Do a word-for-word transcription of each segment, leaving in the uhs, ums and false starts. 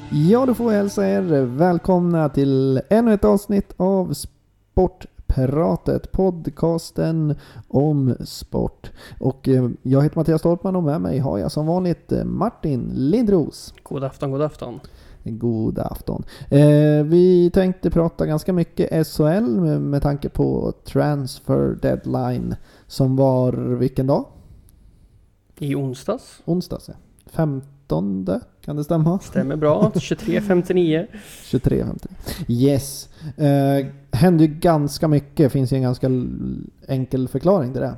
Ja, då får jag hälsa er välkomna till ännu ett avsnitt av Sportpratet, podcasten om sport. Och eh, jag heter Mattias Stoltman och med mig har jag som vanligt Martin Lindros. God afton, god afton. God afton. Eh, vi tänkte prata ganska mycket S H L med, med tanke på transfer deadline som var vilken dag? I onsdags. Onsdags, ja. femtonde, kan det stämma? Stämmer bra. tjugotre femtionio. tjugotre femtionio. Yes. Eh, hände ju ganska mycket. Finns ju en ganska enkel förklaring till det.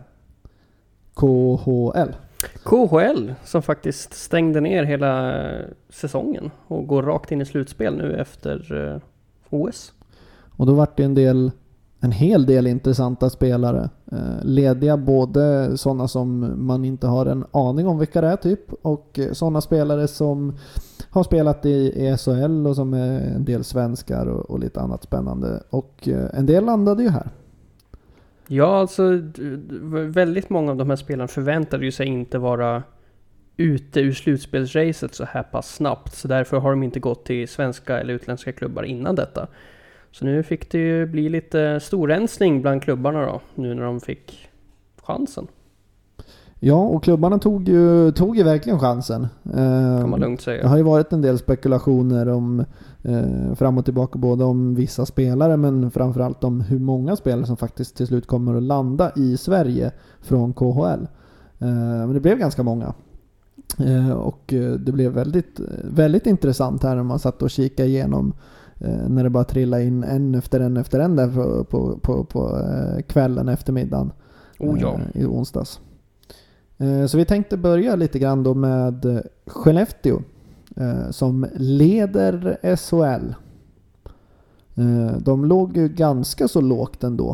K H L. K H L som faktiskt stängde ner hela säsongen och går rakt in i slutspel nu efter eh, O S. Och då vart det en del en hel del intressanta spelare. Eh, lediga, både sådana som man inte har en aning om vilka det är typ, och sådana spelare som har spelat i S H L och som är en del svenskar och, och lite annat spännande. Och eh, en del landade ju här. Ja, alltså d- d- väldigt många av de här spelarna förväntade ju sig inte vara ute ur slutspelsracet så här pass snabbt. Så därför har de inte gått till svenska eller utländska klubbar innan detta. Så nu fick det ju bli lite storrensning bland klubbarna då, nu när de fick chansen. Ja, och klubbarna tog ju, tog ju verkligen chansen. Eh, Kan man lugnt säga. Det har ju varit en del spekulationer om eh, fram och tillbaka, både om vissa spelare men framförallt om hur många spelare som faktiskt till slut kommer att landa i Sverige från K H L. Eh, men det blev ganska många. Eh, och det blev väldigt, väldigt intressant här när man satt och kikade igenom eh, när det bara trillade in en efter en efter en där på, på, på, på eh, kvällen, eftermiddagen Oh ja. eh, i onsdags. Så vi tänkte börja lite grann då med Skellefteå som leder S H L. De låg ju ganska så lågt ändå.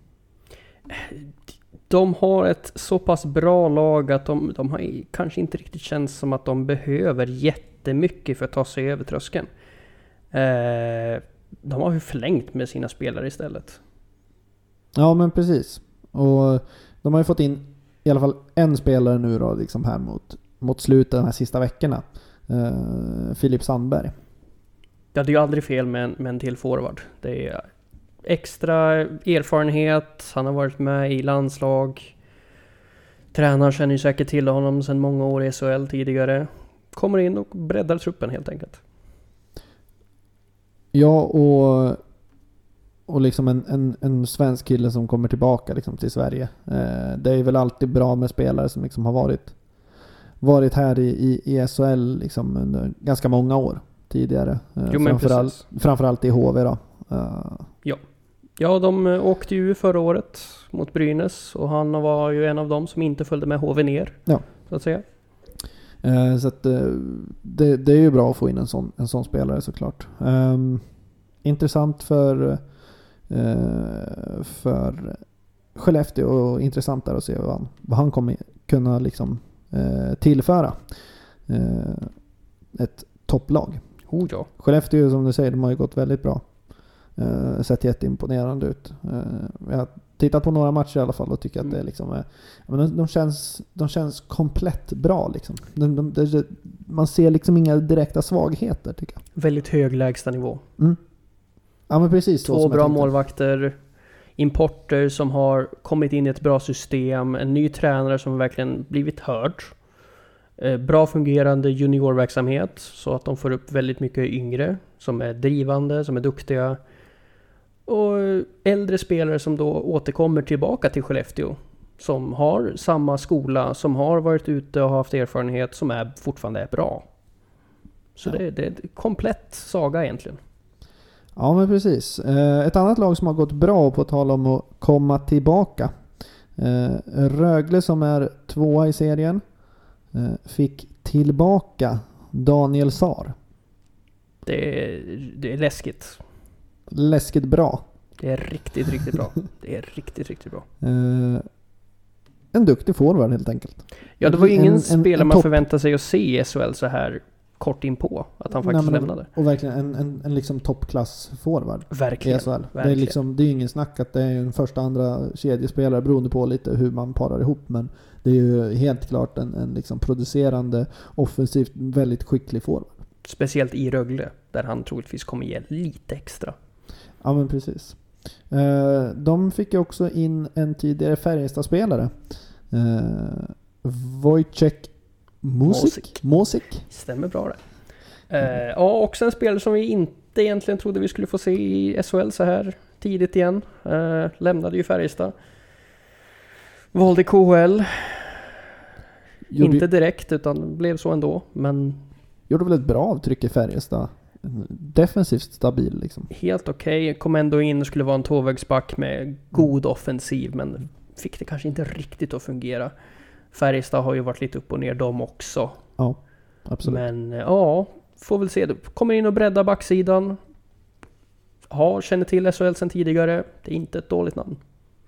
De har ett så pass bra lag att de, de har kanske inte riktigt känns som att de behöver jättemycket för att ta sig över tröskeln. De har ju förlängt med sina spelare istället. Ja, men precis. Och de har ju fått in i alla fall en spelare nu då, liksom här mot, mot slutet de här sista veckorna. Uh, Filip Sandberg. Ja, det är ju aldrig fel med en, med en till forward. Det är extra erfarenhet. Han har varit med i landslag. Tränaren känner ju säkert till honom sedan många år i S H L tidigare. Kommer in och breddar truppen helt enkelt. Ja, och Och liksom en, en, en svensk kille som kommer tillbaka liksom till Sverige. Eh, det är väl alltid bra med spelare som liksom har varit, varit här i, i, i S H L liksom under ganska många år tidigare. Eh, jo, framförallt, framförallt i H V då. Uh. Ja. ja, de åkte ju förra året mot Brynäs och han var ju en av dem som inte följde med H V ner. Ja. Så att säga. Eh, så att, eh, det, det är ju bra att få in en sån, en sån spelare såklart. Um, intressant för för Skellefteå och intressant där att se vad han, vad han kommer kunna liksom eh, tillföra eh, ett topplag. Oh ja. Skellefteå, som du säger, de har ju gått väldigt bra. Eh, sett jätteimponerande ut. Eh, jag har tittat på några matcher i alla fall och tycker att det är liksom eh, de, de, känns, de känns komplett bra liksom. De, de, de, man ser liksom inga direkta svagheter tycker jag. Väldigt hög lägsta nivå. Mm. Ja, men precis. Två bra målvakter, importer som har kommit in i ett bra system, en ny tränare som verkligen blivit hörd, eh, bra fungerande juniorverksamhet så att de får upp väldigt mycket yngre som är drivande, som är duktiga, och äldre spelare som då återkommer tillbaka till Skellefteå som har samma skola, som har varit ute och haft erfarenhet, som är fortfarande är bra. Så ja. det, det är en komplett saga egentligen. Ja, men precis. Ett annat lag som har gått bra på att tala om att komma tillbaka. Rögle, som är tvåa i serien, fick tillbaka Daniel Saar. Det är, det är läskigt. Läskigt bra. Det är riktigt, riktigt bra. Det är riktigt, riktigt bra. En duktig forward helt enkelt. Ja, det var ju ingen en, spelare en, en man förväntade sig att se i S H L så här kort in på att han faktiskt Nej, lämnade. Och verkligen en, en, en liksom toppklass forward. Verkligen. I S H L. Verkligen. Det är liksom, det är ingen snack att det är en första andra kedjespelare beroende på lite hur man parar ihop, men det är ju helt klart en, en liksom producerande, offensivt väldigt skicklig forward. Speciellt i Rögle, där han troligtvis kommer ge lite extra. Ja, men precis. Eh, de fick ju också in en tidigare Färjestad-spelare. Eh, Wojciech Mosik. Mosik. Stämmer bra det. Eh, ja, också en spelare som vi inte egentligen trodde vi skulle få se i S H L så här tidigt igen. Eh, lämnade ju Färjestad. Valde K H L. Gjorde, inte direkt, utan blev så ändå. Men gjorde väl ett bra avtryck i Färjestad. Defensivt stabil liksom. Helt okej. Okay. Kom ändå in och skulle vara en tvåvägsback med god offensiv, men fick det kanske inte riktigt att fungera. Färjestad har ju varit lite upp och ner dem också. Ja, absolut. Men ja, får väl se. Kommer in och breddar backsidan. Har, känner till S H L sedan tidigare. Det är inte ett dåligt namn.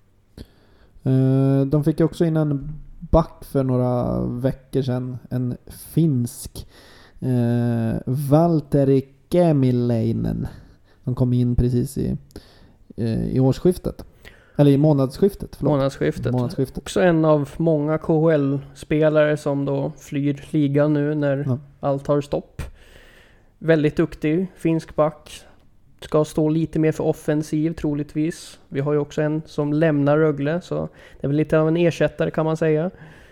Uh, de fick ju också in en back för några veckor sedan. En finsk. Uh, Valtteri Kemiläinen. De kom in precis i, uh, i årsskiftet. Eller i månadsskiftet. Förlåt. Månadsskiftet. månadsskiftet. Också en av många K H L-spelare som då flyr ligan nu när ja. allt har stopp. Väldigt duktig, finsk back. Ska stå lite mer för offensiv troligtvis. Vi har ju också en som lämnar Rögle, så det är väl lite av en ersättare kan man säga.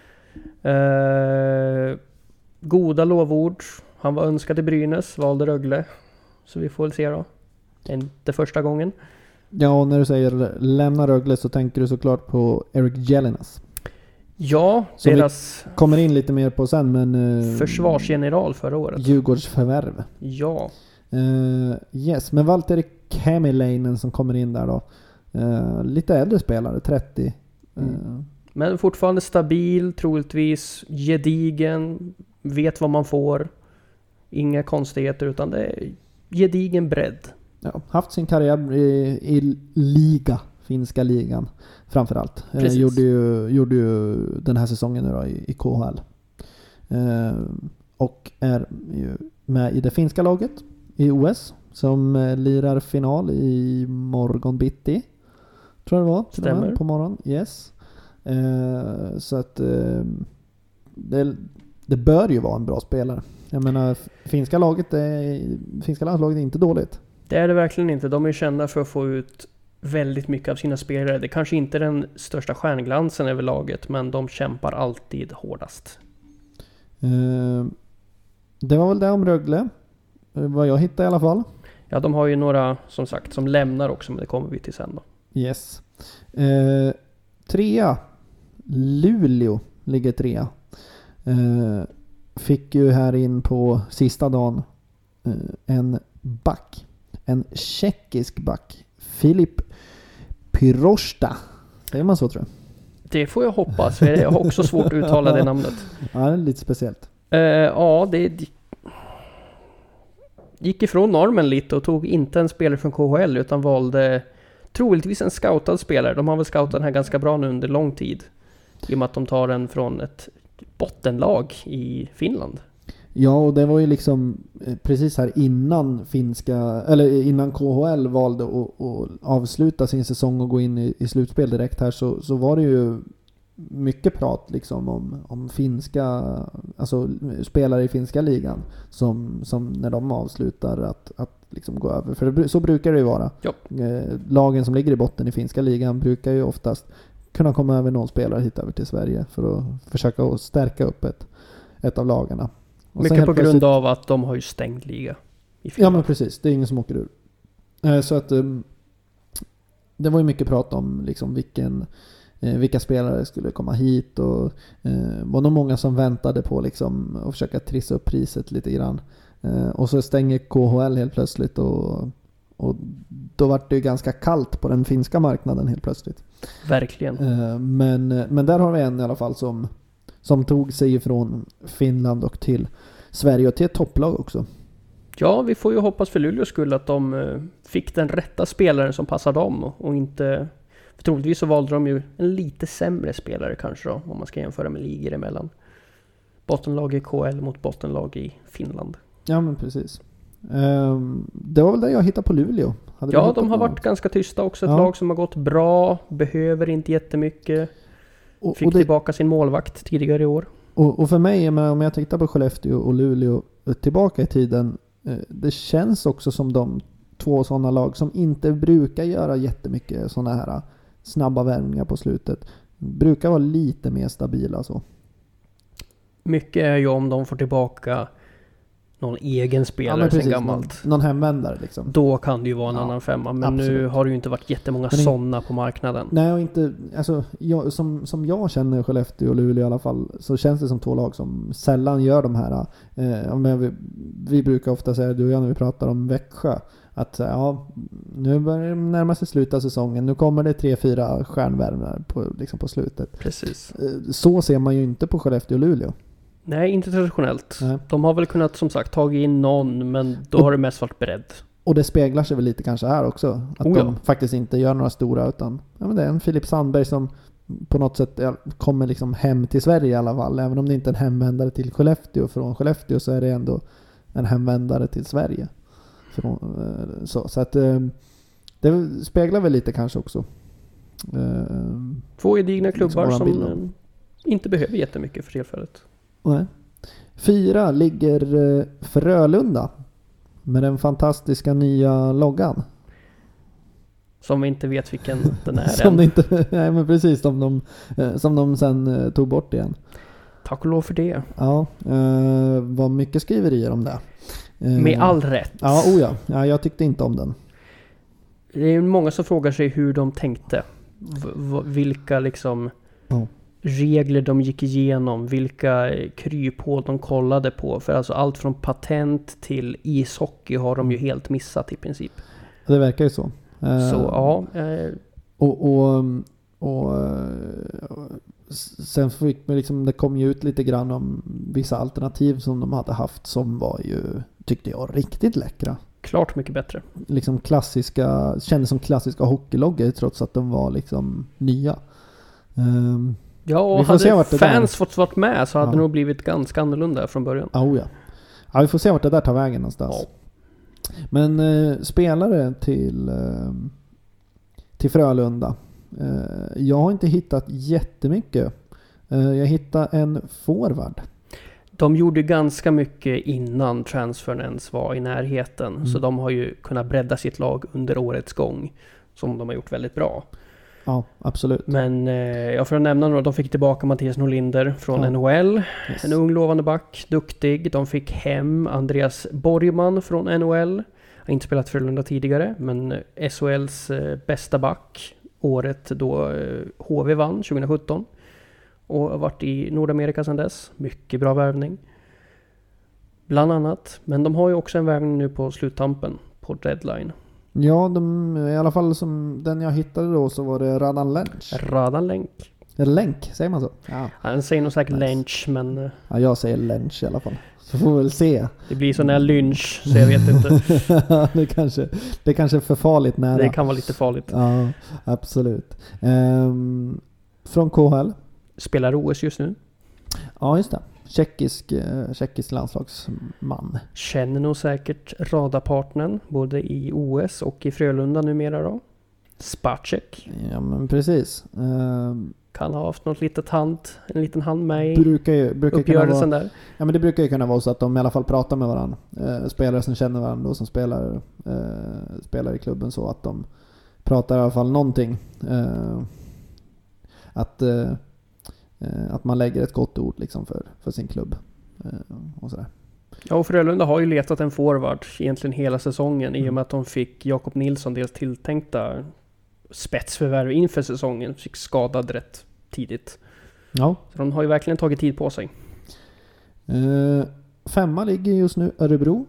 Eh, goda lovord. Han var önskad i Brynäs, valde Rögle. Så vi får väl se då. Inte första gången. Ja, och när du säger lämna Rögle så tänker du såklart på Eric Jelinas. Ja, som deras vi kommer in lite mer på sen, men uh, försvarsgeneral förra året. Djurgårdsförvärv. Ja. Uh, yes, men Valtteri Kemiläinen som kommer in där då. Uh, lite äldre spelare, trettio. Uh. Mm. Men fortfarande stabil, troligtvis gedigen, vet vad man får. Inga konstigheter, utan det är gedigen bredd. Ja, haft sin karriär i, i liga, finska ligan framförallt. Eh, gjorde, ju, gjorde ju den här säsongen nu då i, i K H L. Eh, och är ju med i det finska laget i O S som eh, lirar final i morgon bitti. Tror jag det var. Stämmer. På morgon. Yes. Eh, så att eh, det, det bör ju vara en bra spelare. Jag menar, finska laget är, finska landslaget är inte dåligt. Det är det verkligen inte. De är kända för att få ut väldigt mycket av sina spelare. Det kanske inte är den största stjärnglansen över laget, men de kämpar alltid hårdast. Uh, det var väl det om Rögle. Uh, vad jag hittade i alla fall. Ja, de har ju några som sagt som lämnar också, men det kommer vi till sen då. Yes. Uh, trea. Luleå ligger trea. Uh, fick ju här in på sista dagen uh, en back. En tjeckisk back. Filip Pyrosta. Säger man så, tror jag? Det får jag hoppas. För jag har också svårt att uttala det namnet. Ja, det är lite speciellt. Uh, ja, det gick ifrån normen lite och tog inte en spelare från K H L utan valde troligtvis en scoutad spelare. De har väl scoutat den här ganska bra nu under lång tid. I och med att de tar den från ett bottenlag i Finland. Ja, och det var ju liksom precis här innan finska, eller innan K H L valde att, att avsluta sin säsong och gå in i, i slutspel direkt här, så, så var det ju mycket prat liksom om, om finska, alltså spelare i finska ligan som, som när de avslutar att, att liksom gå över. För det, så brukar det ju vara. Eh, lagen som ligger i botten i finska ligan brukar ju oftast kunna komma över någon spelare hit över till Sverige för att försöka att stärka upp ett, ett av lagarna. Och mycket på grund av att de har ju stängd liga i Finland. Ja, men precis. Det är ingen som åker ur. Eh, så att um, det var ju mycket prat om liksom vilken, eh, vilka spelare skulle komma hit, och eh, var nog många som väntade på liksom att försöka trissa upp priset lite grann. Eh, och så stänger K H L helt plötsligt, och, och då var det ju ganska kallt på den finska marknaden helt plötsligt. Verkligen. Eh, men, men där har vi en i alla fall som som tog sig ifrån Finland och till Sverige och till ett topplag också. Ja, vi får ju hoppas för Luleås skull att de fick den rätta spelaren som passar dem, och inte... För troligtvis så valde de ju en lite sämre spelare kanske då, om man ska jämföra med ligor emellan. Bottenlag i K H L mot bottenlag i Finland. Ja, men precis. Um, det var väl det jag hittade på Luleå. Hade ja, de har varit ganska tysta också. Ett ja. lag som har gått bra, behöver inte jättemycket. Och, Fick och det, tillbaka sin målvakt tidigare i år. Och, och för mig, om jag tittar på Skellefteå och Luleå, tillbaka i tiden, eh, det känns också som de två sådana lag som inte brukar göra jättemycket sådana här snabba värvningar på slutet. Brukar vara lite mer stabila så. Mycket är ju om de får tillbaka någon egen spelare ja, precis, sen gammalt. Någon, någon hemvändare liksom. Då kan det ju vara en ja, annan femma. Men absolut. Nu har det ju inte varit jättemånga men sådana på marknaden. Nej, och inte, alltså, jag, som, som jag känner Skellefteå och Luleå i alla fall, så känns det som två lag som sällan gör de här. Eh, men vi, vi brukar ofta säga, du och jag när vi pratar om Växjö, att ja, nu börjar det närma sig slutet av säsongen. Nu kommer det tre, fyra stjärnvärvningar på, liksom på slutet. Precis. Eh, så ser man ju inte på Skellefteå och Luleå. Nej, inte traditionellt. Nej. De har väl kunnat som sagt tagit in någon, men då och, har det mest varit beredd. Och det speglar sig väl lite kanske här också. Att oh ja. de faktiskt inte gör några stora, utan ja, men det är en Filip Sandberg som på något sätt kommer liksom hem till Sverige i alla fall. Även om det inte är en hemvändare till Skellefteå. Från Skellefteå så är det ändå en hemvändare till Sverige. Från, så, så att det speglar väl lite kanske också. Två gedigna klubbar som bilden. Inte behöver jättemycket för tillfället. Nej. Fyra ligger eh, Frölunda med den fantastiska nya loggan. Som vi inte vet vilken den är som än. De inte, nej men precis, som de, eh, som de sen eh, tog bort igen. Tack och lov för det. Ja, eh, var mycket skriverier om det. Eh, med all rätt. Ja, oh ja. ja, jag tyckte inte om den. Det är många som frågar sig hur de tänkte. V- v- vilka liksom... Oh. regler de gick igenom, vilka kryphål de kollade på. För alltså allt från patent till ishockey har de ju helt missat i princip. Det verkar ju så. Så ja. Eh. Och, och, och sen fick man liksom, det kom ju ut lite grann om vissa alternativ som de hade haft som var ju, tyckte jag, riktigt läckra. Klart mycket bättre. Liksom klassiska, kändes som klassiska hockeyloggor trots att de var liksom nya. Um, Ja, och hade fans fått varit med så hade ja. det nog blivit ganska annorlunda från början. Oh, ja. ja, vi får se vart det där tar vägen någonstans. Ja. Men eh, spelare till, eh, till Frölunda. Eh, jag har inte hittat jättemycket. Eh, jag hittade en forward. De gjorde ganska mycket innan transfern ens var i närheten. Mm. Så de har ju kunnat bredda sitt lag under årets gång. Som de har gjort väldigt bra. Ja, absolut. Men eh, jag får nämna några. De fick tillbaka Mattias Norlinder från ja. N H L. Yes. En ung lovande back, duktig. De fick hem Andreas Borgman från N H L. Har inte spelat för Frölunda tidigare, men S H L:s eh, bästa back. Året då eh, H V vann tjugo sjutton. Och har varit i Nordamerika sedan dess. Mycket bra värvning. Bland annat. Men de har ju också en värvning nu på sluttampen. På deadline. Ja, de, i alla fall som den jag hittade då så var det Radan Lench. Radan Lenk. Eller Lenk, säger man så? Ja. Han säger nog säkert nice. Lench, men... Ja, jag säger Lench i alla fall. Så får vi väl se. Det blir sån här lynch, så jag vet inte. det, kanske, det kanske är för farligt nära. Det kan vara lite farligt. Ja, absolut. Um, från K H L. Spelar O S just nu. Ja, just det. Tjeckisk, eh, tjeckisk landslagsman. Känner nog säkert radarpartnern både i O S och i Frölunda numera då. Spacek. Ja, men precis. Um, kan ha haft något litet hand, en liten hand med i brukar ju, brukar uppgörelsen vara, där. Ja, men det brukar ju kunna vara så att de i alla fall pratar med varandra. Eh, spelare som känner varandra och som spelar, eh, spelar i klubben, så att de pratar i alla fall någonting. Eh, att... Eh, att man lägger ett gott ord liksom för, för sin klubb och sådär. Ja, och Frölunda har ju letat en forward egentligen hela säsongen mm. i och med att de fick Jakob Nilsson dels tilltänkta spetsförvärv inför säsongen, fick skadad rätt tidigt. Ja. Så de har ju verkligen tagit tid på sig. Uh, femma ligger just nu Örebro.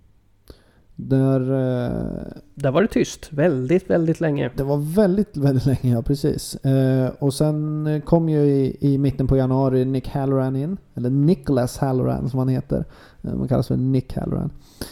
Där, uh, Där var det tyst. Väldigt, väldigt länge. Det var väldigt, väldigt länge, ja precis. Uh, och sen kom ju i, i mitten på januari Nick Halloran in. Eller Nicholas Halloran som han heter. Uh, man kallas för Nick Halloran.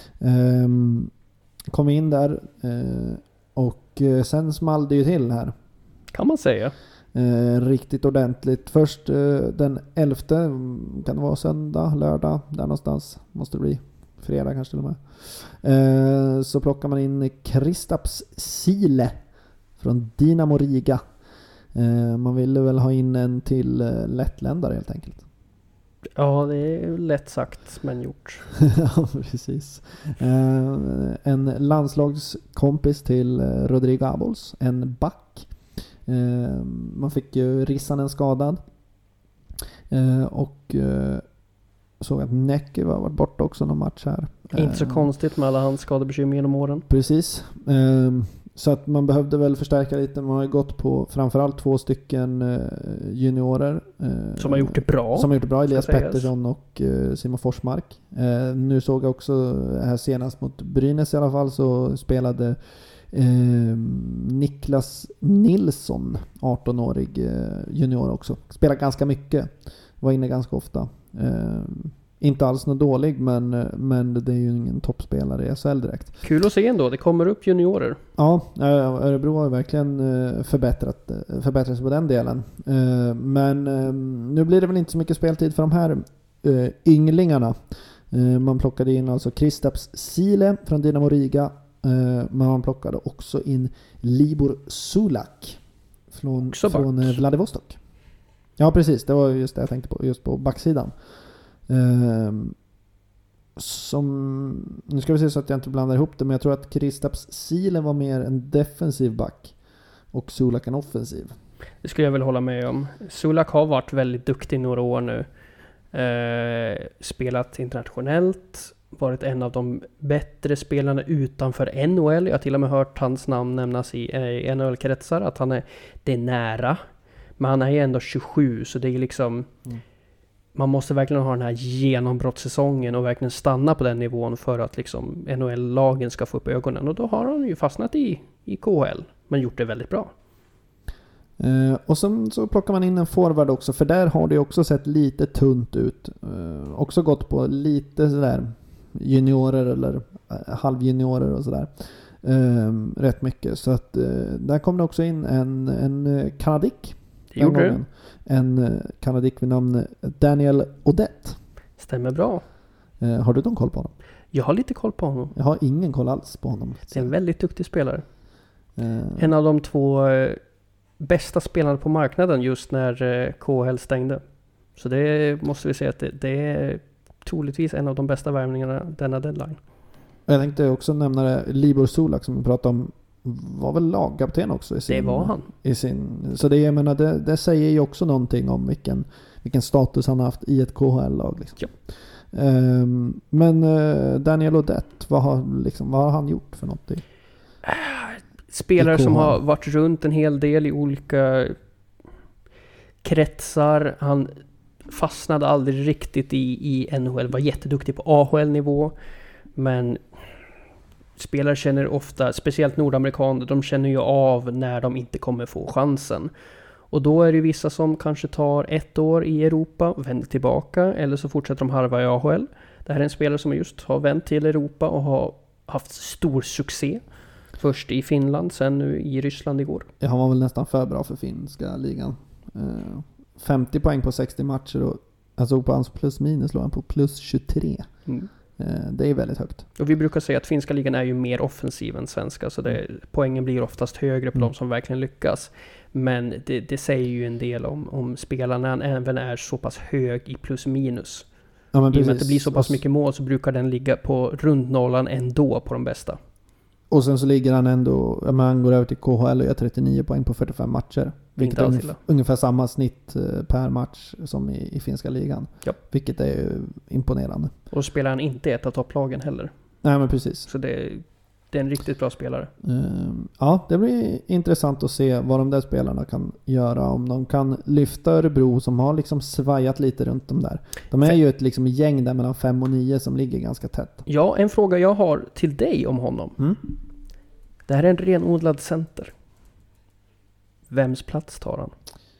Um, kom in där. Uh, och uh, sen small det ju till här. Kan man säga. Uh, riktigt ordentligt. Först uh, den elfte, kan det vara söndag, lördag, där någonstans. Måste det bli. Fredag kanske till och med. Eh, så plockar man in Kristaps Sile från Dinamo Riga. Eh, man ville väl ha in en till eh, lättländare helt enkelt. Ja, det är lätt sagt men gjort. Ja, precis. Eh, en landslagskompis till Rodrigo Abols, en back. Eh, man fick ju Rissanen skadad. Eh, och eh, såg att Näcke var varit borta också någon match här. Inte så Eh, konstigt med alla hans skadebekymmer genom åren. Precis. Eh, så att man behövde väl förstärka lite. Man har ju gått på framförallt två stycken eh, juniorer. Eh, Som har gjort det bra. Som har gjort det bra. Elias ska sägas. Pettersson och eh, Simon Forsmark. Eh, nu såg jag också här senast mot Brynäs i alla fall så spelade eh, Niklas Nilsson, arton-årig eh, junior också. Spelar ganska mycket. Var inne ganska ofta. Eh, inte alls något dålig, men, men det är ju ingen toppspelare i S H L direkt. Kul att se ändå, det kommer upp juniorer. Ja, Örebro har ju verkligen förbättrat, förbättrat sig på den delen. Men nu blir det väl inte så mycket speltid för de här ynglingarna. Man plockade in alltså Kristaps Sile från Dynamo Riga, men man plockade också in Libor Sulak från, från Vladivostok. Ja, precis. Det var just det jag tänkte på, just på backsidan. Um, som, nu ska vi se så att jag inte blandar ihop det, men jag tror att Kristaps Sile var mer en defensiv back och Sulak en offensiv. Det skulle jag väl hålla med om. Sulak har varit väldigt duktig i några år nu. Eh, spelat internationellt, varit en av de bättre spelarna utanför N H L. Jag har till och med hört hans namn nämnas i eh, N H L-kretsar, att han är, det är nära. Men han är ju ändå tjugosju, så det är liksom... Mm. Man måste verkligen ha den här genombrottssäsongen och verkligen stanna på den nivån för att liksom N H L-lagen ska få upp ögonen. Och då har han ju fastnat i, i K H L, men gjort det väldigt bra. Eh, och sen så plockar man in en forward också, för där har det också sett lite tunt ut. Eh, också gått på lite sådär juniorer eller eh, halvjuniorer och sådär. Eh, rätt mycket. Så att eh, där kom det också in en, en kanadick. Det gjorde det. En kanadick vid namn Daniel Odette. Stämmer bra. Eh, har du någon koll på honom? Jag har lite koll på honom. Jag har ingen koll alls på honom. Det är en väldigt duktig spelare. Eh. En av de två eh, bästa spelarna på marknaden just när eh, K H L stängde. Så det måste vi säga att det, det är troligtvis en av de bästa värvningarna denna deadline. Jag tänkte också nämna det, Libor Sulak som vi pratade om, var väl lagkapten också i sin, det var han. I sin, så det, jag menar, det, det säger ju också någonting om vilken, vilken status han har haft i ett K H L-lag. Liksom. Ja. Um, men uh, Daniel Odette, vad har, liksom, vad har han gjort för något? I, Spelare i som har varit runt en hel del i olika kretsar. Han fastnade aldrig riktigt i, i N H L, var jätteduktig på A H L-nivå, men spelare känner ofta, speciellt nordamerikaner, de känner ju av när de inte kommer få chansen. Och då är det vissa som kanske tar ett år i Europa och vänder tillbaka, eller så fortsätter de harva i A H L. Det här är en spelare som just har vänt till Europa och har haft stor succé. Först i Finland, sen nu i Ryssland igår. Ja, han var väl nästan för bra för finska ligan. Uh, femtio poäng på sextio matcher och alltså på hans plus minus låg han på plus tjugotre. Mm. Det är väldigt högt. Och vi brukar säga att finska ligan är ju mer offensiv än svenska, så det, poängen blir oftast högre på mm. de som verkligen lyckas. Men det, det säger ju en del om, om spelarna även är så pass hög i plus minus. Ja, men I och med att det blir så pass mycket mål så brukar den ligga på rundnollan ändå på de bästa. Och sen så ligger han ändå, ja, han går över till K H L och gör trettionio poäng på fyrtiofem matcher. Vilket är ungefär, ungefär samma snitt per match som i, i finska ligan. Ja. Vilket är imponerande. Och spelar han inte ett av topplagen heller. Nej, men precis. Så det, det är en riktigt bra spelare. Uh, ja, det blir intressant att se vad de där spelarna kan göra. Om de kan lyfta Örebro som har liksom svajat lite runt dem där. De är F- ju ett liksom gäng där mellan fem och nio som ligger ganska tätt. Ja, en fråga jag har till dig om honom. Mm? Det här är en renodlad center. Vems plats tar han?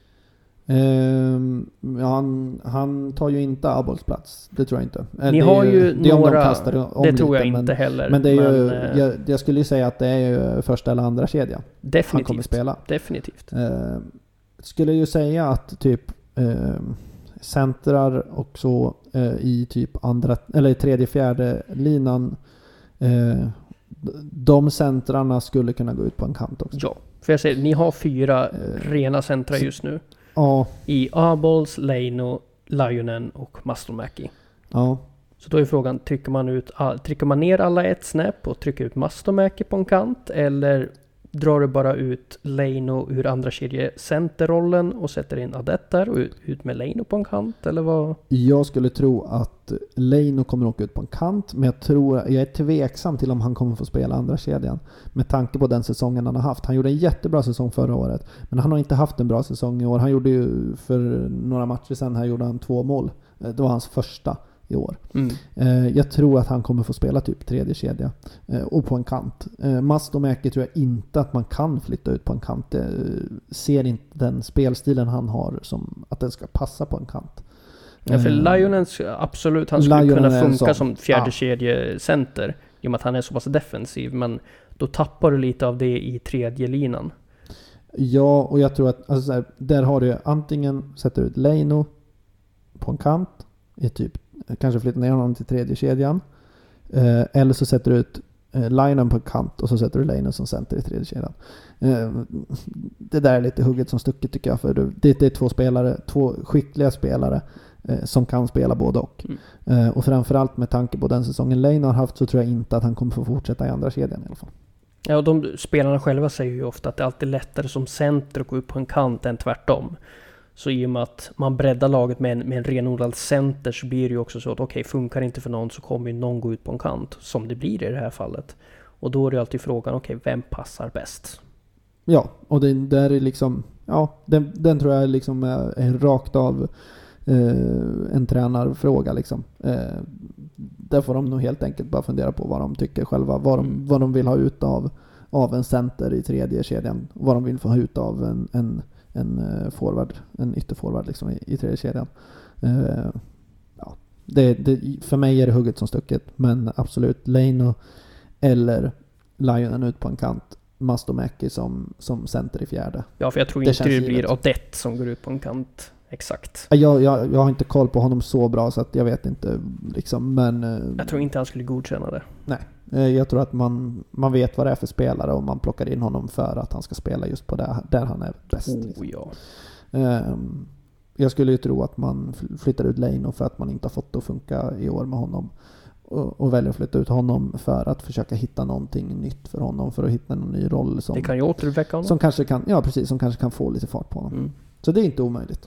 Um, ja, han, han tar ju inte Abols plats. Det tror jag inte. Ni det har ju det några, de om det tror jag lite, inte men, heller. Men det är men, ju, jag, jag skulle ju säga att det är ju första eller andra kedja. Definitivt. Han kommer spela. Definitivt. Uh, skulle ju säga att typ uh, centrar och så uh, i typ andra eller tredje, fjärde linan, uh, de centrarna skulle kunna gå ut på en kant också. Ja, för jag säger, ni har fyra uh, rena centra just nu. Ja. I Abols, Leino, Lionen och Mastomäki. Ja. Så då är frågan, trycker man, ut, trycker man ner alla ett snäpp och trycker ut Mastomäki på en kant, eller drar du bara ut Leino ur andra kedjecenterrollen och sätter in Adet där och ut, ut med Leino på en kant, eller vad? Jag skulle tro att Leino kommer åka ut på en kant, men jag tror, jag är tveksam till om han kommer få spela andra kedjan med tanke på den säsongen han har haft. Han gjorde en jättebra säsong förra året, men han har inte haft en bra säsong i år. Han gjorde ju för några matcher sedan här gjorde han två mål. Det var hans första i år. Mm. Eh, jag tror att han kommer få spela typ tredje kedja eh, och på en kant. Eh, Mastomäki tror jag inte att man kan flytta ut på en kant. Eh, ser inte den spelstilen han har som att den ska passa på en kant. Ja, för Lionen absolut, han skulle Lionen kunna funka som, som fjärde ja. kedjecenter i och med att han är så pass defensiv, men då tappar du lite av det i tredje linan. Ja, och jag tror att alltså så här, där har du antingen sätter ut Leino på en kant i typ kanske flyttar ner honom till tredje kedjan. Eh, eller så sätter du ut eh, Linen på kant och så sätter du Leino som center i tredje kedjan. Eh, det där är lite hugget som stucket tycker jag. För det, det är två spelare, två skickliga spelare eh, som kan spela både och. Mm. Eh, och framförallt med tanke på den säsongen Leino har haft så tror jag inte att han kommer få fortsätta i andra kedjan i alla fall. Ja, och de spelarna själva säger ju ofta att det är alltid lättare som center att gå upp på en kant än tvärtom. Så i och med att man breddar laget med en, med en renodlad center så blir det ju också så att okej, okay, funkar inte för någon så kommer ju någon gå ut på en kant, som det blir i det här fallet. Och då är det alltid frågan, okej, okay, vem passar bäst? Ja, och det där är liksom, ja, den, den tror jag liksom är, är rakt av eh, en tränarfråga liksom. Eh, där får de nog helt enkelt bara fundera på vad de tycker själva, vad de, mm. vad de vill ha ut av, av en center i tredje kedjan, vad de vill få ha ut av en, en en forward, en ytterforward liksom i, i tredje kedjan. Uh, ja, det, det, för mig är det hugget som stucket, men absolut Leino eller Lionen ut på en kant, Mastomäki som, som center i fjärde. Ja, för jag tror det inte det blir Adet som går ut på en kant. Exakt. Jag, jag, jag har inte koll på honom så bra så att jag vet inte liksom, men jag tror inte han skulle godkänna det. Nej, jag tror att man, man vet vad det är för spelare och man plockar in honom för att han ska spela just på det, där han är bäst. Oh, liksom. ja. um, jag skulle ju tro att man flyttar ut Leino för att man inte har fått det att funka i år med honom och, och väljer att flytta ut honom för att försöka hitta någonting nytt för honom, för att hitta en ny roll som, det kan ju återväcka honom. Som kanske kan, ja precis, som kanske kan få lite fart på honom. Mm. Så det är inte omöjligt.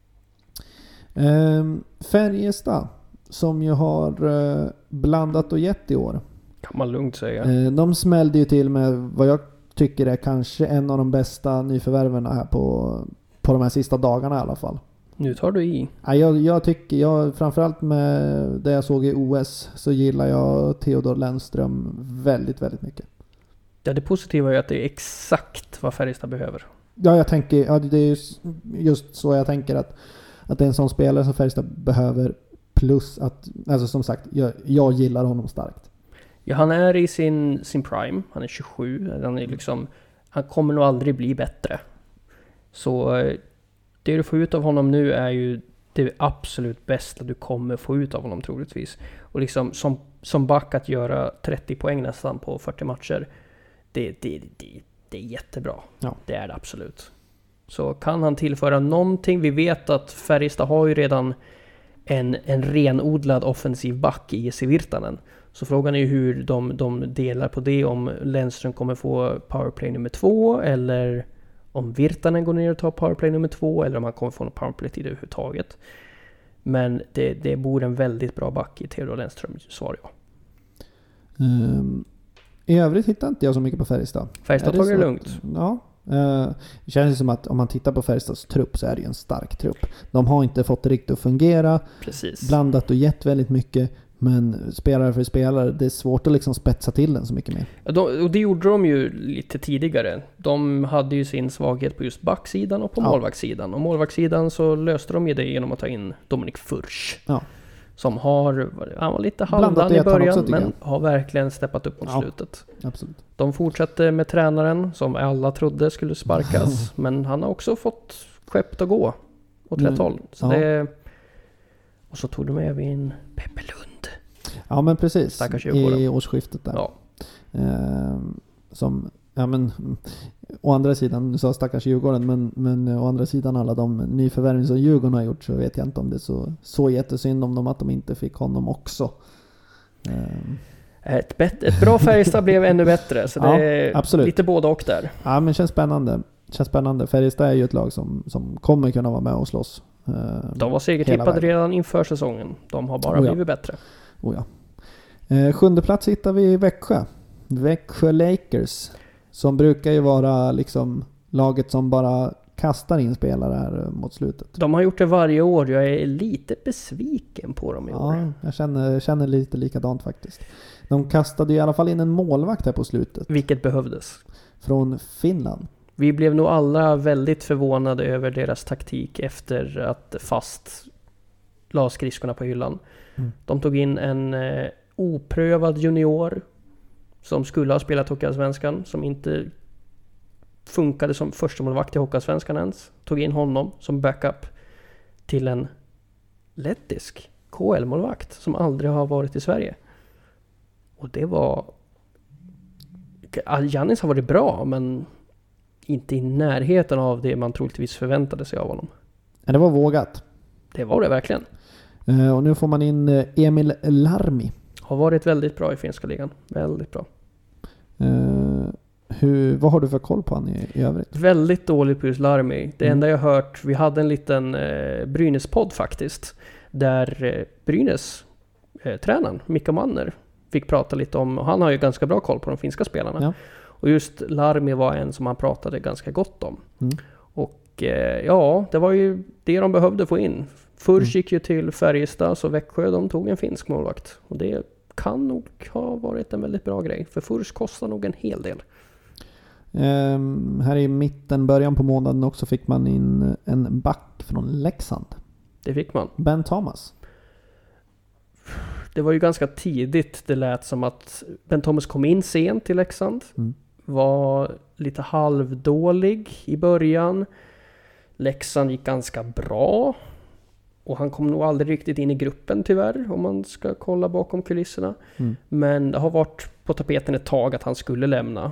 Um, Färjestad som ju har uh, blandat och gett i år. Kan man lugnt säga. Uh, de smällde ju till med vad jag tycker är kanske en av de bästa nyförvärverna här på, på de här sista dagarna i alla fall. Nu tar du i. Ja, jag, jag tycker, jag, framförallt med det jag såg i O S så gillar jag Theodor Lennström väldigt, väldigt mycket. Ja, det positiva är att det är exakt vad Färjestad behöver. Ja, jag tänker, ja, det är just så jag tänker att Att det är en sån spelare som Färjestad behöver, plus att, alltså som sagt, jag, jag gillar honom starkt. Ja, han är i sin, sin prime, han är tjugosju, han är liksom, han kommer nog aldrig bli bättre. Så det du får ut av honom nu är ju det absolut bästa du kommer få ut av honom troligtvis. Och liksom som, som back att göra trettio poäng nästan på fyrtio matcher, det, det, det, det är jättebra. Ja. Det är det absolut. Så kan han tillföra någonting. Vi vet att Färjestad har ju redan en, en renodlad offensiv back i Jesse Virtanen. Så frågan är ju hur de, de delar på det. Om Lennström kommer få powerplay nummer två. Eller om Virtanen går ner och tar powerplay nummer två. Eller om han kommer få någon powerplay-tid överhuvudtaget. Men det, det bor en väldigt bra back i Theodor Lennström, svarar jag. Um, I övrigt hittar inte jag så mycket på Färjestad. Färjestad tar det lugnt. Ja. Uh, det känns som att om man tittar på Färjestads trupp så är det ju en stark trupp. De har inte fått det riktigt att fungera. Precis. Blandat och gett väldigt mycket. Men spelare för spelare, det är svårt att liksom spetsa till den så mycket mer. Ja, de, och det gjorde de ju lite tidigare. De hade ju sin svaghet på just backsidan och på ja. målvaktssidan. Och målvaktssidan så löste de ju det genom att ta in Dominik Furch. Ja. Som har, han var lite halvdan i början också, men har verkligen steppat upp mot ja, slutet. Absolut. De fortsatte med tränaren som alla trodde skulle sparkas. Men han har också fått skeppet att gå åt rätt håll. Så ja. det, och så tog de med in Peppe Lund. Ja men precis, i årsskiftet där. Ja. Eh, som Ja, men å andra sidan, nu sa stackars Djurgården, men, men å andra sidan alla de nyförvärven som Djurgården har gjort, så vet jag inte om det är så, så jättesynd om dem att de inte fick honom också. Um. Ett, bet- ett bra Färjestad blev ännu bättre, så det Ja, är absolut. lite både och där. Ja, men känns spännande. Känns spännande. Färjestad är ju ett lag som, som kommer kunna vara med och slåss. Uh, De var segertippade redan inför säsongen. De har bara oh ja. blivit bättre. Oh ja. uh, sjunde plats hittar vi i Växjö. Växjö Lakers. Som brukar ju vara liksom laget som bara kastar in spelare här mot slutet. De har gjort det varje år. Jag är lite besviken på dem i år. Ja, jag känner, känner lite likadant faktiskt. De kastade i alla fall in en målvakt här på slutet. Vilket behövdes. Från Finland. Vi blev nog alla väldigt förvånade över deras taktik efter att Fast la skridskorna på hyllan. Mm. De tog in en eh, oprövad junior som skulle ha spelat Hockeyallsvenskan, som inte funkade som första målvakt i Hockeyallsvenskan ens. Tog in honom som backup till en lettisk K L-målvakt som aldrig har varit i Sverige. Och det var... Giannis har varit bra, men inte i närheten av det man troligtvis förväntade sig av honom. Ja, det var vågat. Det var det verkligen. Uh, och nu får man in Emil Larmi. Har varit väldigt bra i finska ligan. Väldigt bra. Uh, hur, vad har du för koll på han i, i övrigt? Väldigt dålig på just Larmi. Det mm. enda jag hört, vi hade en liten eh, Brynäs-podd faktiskt. Där eh, Brynäs, eh, tränaren, Mikko Manner, fick prata lite om, och han har ju ganska bra koll på de finska spelarna. Ja. Och just Larmi var en som han pratade ganska gott om. Mm. Och eh, ja, det var ju det de behövde få in. Först mm. gick ju till Färjestad, så Växjö, de tog en finsk målvakt. Och det kan nog ha varit en väldigt bra grej. För Furs kostar nog en hel del. Um, här i mitten, början på månaden också, fick man in en back från Leksand. Det fick man. Ben Thomas. Det var ju ganska tidigt. Det lät som att Ben Thomas kom in sent till Leksand. Mm. Var lite halvdålig i början. Leksand gick ganska bra. Och han kom nog aldrig riktigt in i gruppen tyvärr, om man ska kolla bakom kulisserna. Mm. Men det har varit på tapeten ett tag att han skulle lämna.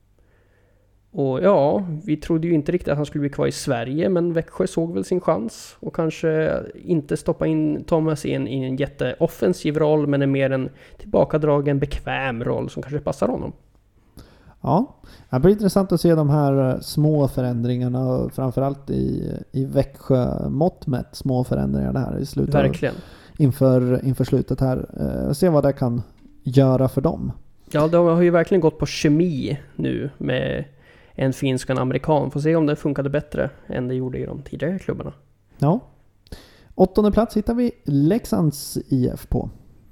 Och ja, vi trodde ju inte riktigt att han skulle bli kvar i Sverige, men Växjö såg väl sin chans och kanske inte stoppa in Thomas in i en jätteoffensiv roll, men en mer en tillbakadragen, bekväm roll som kanske passar honom. Ja, det blir intressant att se de här små förändringarna, och framförallt i, i Växjö mått mätt små förändringar där i slutet. Verkligen. Inför, inför slutet här. Eh, se vad det kan göra för dem. Ja, de har ju verkligen gått på kemi nu med en finsk och en amerikan. Får se om det funkade bättre än det gjorde i de tidigare klubbarna. Ja. Åttonde plats hittar vi Leksands I F på.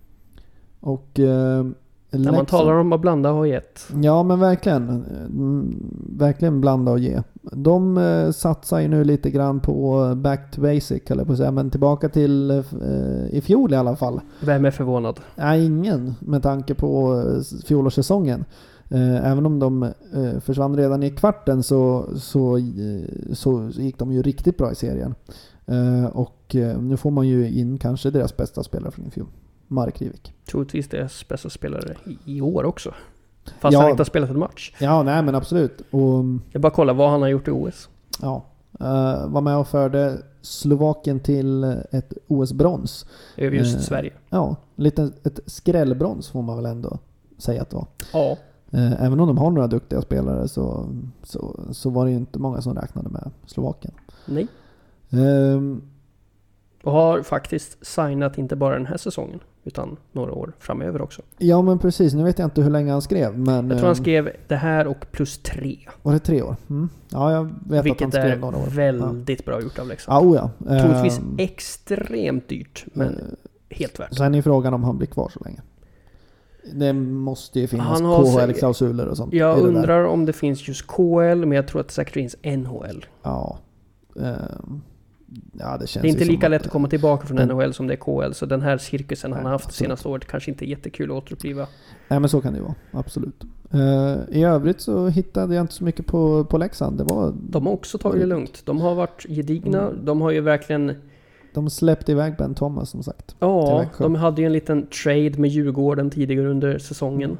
Och eh, när Leksand, man talar om att blanda och ge. Ja, men verkligen. Verkligen blanda och ge. De eh, satsar ju nu lite grann på back to basic, eller på att säga, men tillbaka till eh, i fjol i alla fall. Vem är förvånad? Nej, ingen, med tanke på eh, fjolårssäsongen. Eh, även om de eh, försvann redan i kvarten, så, så, eh, så gick de ju riktigt bra i serien. Eh, och eh, nu får man ju in kanske deras bästa spelare från i fjol. Mark Rivik. Troligtvis deras bästa spelare i, i år också. Fast ja, han inte har spelat en match. Ja, nej men absolut. Och, jag bara kolla vad han har gjort i O S. Ja, uh, var med och förde Slovakien till ett O S-brons. Över just uh, Sverige. Ja, lite ett skrällbrons får man väl ändå säga att det var. Ja. Uh, även om de har några duktiga spelare, så, så, så var det ju inte många som räknade med Slovakien. Nej. Uh, och har faktiskt signat inte bara den här säsongen, utan några år framöver också. Ja, men precis. Nu vet jag inte hur länge han skrev. Men, jag tror han skrev det här och plus tre. Var det tre år? Mm. Ja, jag vet vilket att han skrev några år. Vilket är väldigt ja. bra gjort av Leksand. Ja, oh ja. Troligtvis uh, extremt dyrt, men uh, helt värt. Sen är frågan om han blir kvar så länge. Det måste ju finnas K H L-klausuler och sånt. Jag undrar där. Om det finns just K L, men jag tror att det säkert finns N H L. Ja. Uh, Ja, det, känns det är inte lika lätt att, att komma tillbaka från den, N H L som det är K L. Så den här cirkusen nej, han har haft absolut. senaste året kanske inte är jättekul att återuppliva. Nej, men så kan det vara. Absolut. Uh, I övrigt så hittade jag inte så mycket på, på Leksand. Det var, de har också tagit det lugnt. De har varit gedigna. Mm. De har ju verkligen... De släppte iväg Ben Thomas som sagt. Ja, de hade ju en liten trade med Djurgården tidigare under säsongen.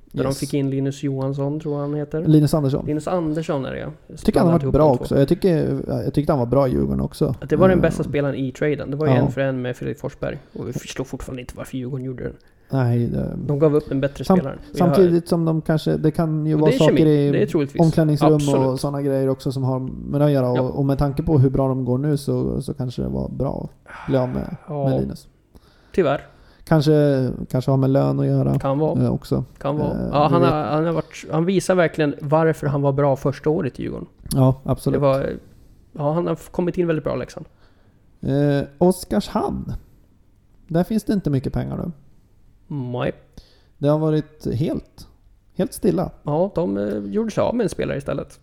Där Yes. de fick in Linus Johansson, tror jag han heter. Linus Andersson. Linus Andersson är det, ja. Jag tycker han har varit bra också. Jag, tycker, jag tyckte han var bra i Djurgården också. Att det var den bästa spelaren i traden. Det var ju Ja. en för en med Fredrik Forsberg. Och vi förstår fortfarande inte varför Djurgården gjorde det. Nej, det, De gav upp en bättre sam, spelare. Och samtidigt som de kanske, det kan ju Och vara det är saker kemi. Det är i troligtvis. omklädningsrum Absolut. och sådana grejer också som har med det att göra. Ja. Och, och med tanke på hur bra de går nu så, så kanske det var bra att bli av med, Ja. med Linus. Tyvärr. Kanske, kanske har med lön att göra Kan vara. eh, också. Kan vara. Eh, Ja, vi han, vet- har, han, har varit, han visar verkligen varför han var bra första året i Djurgården. Ja, Det absolut. var, ja, han har kommit in väldigt bra, Leksand. Eh, Oskarshamn. Där finns det inte mycket pengar nu. Nej. Det har varit helt, helt stilla. Ja, de eh, gjorde sig av med en spelare istället.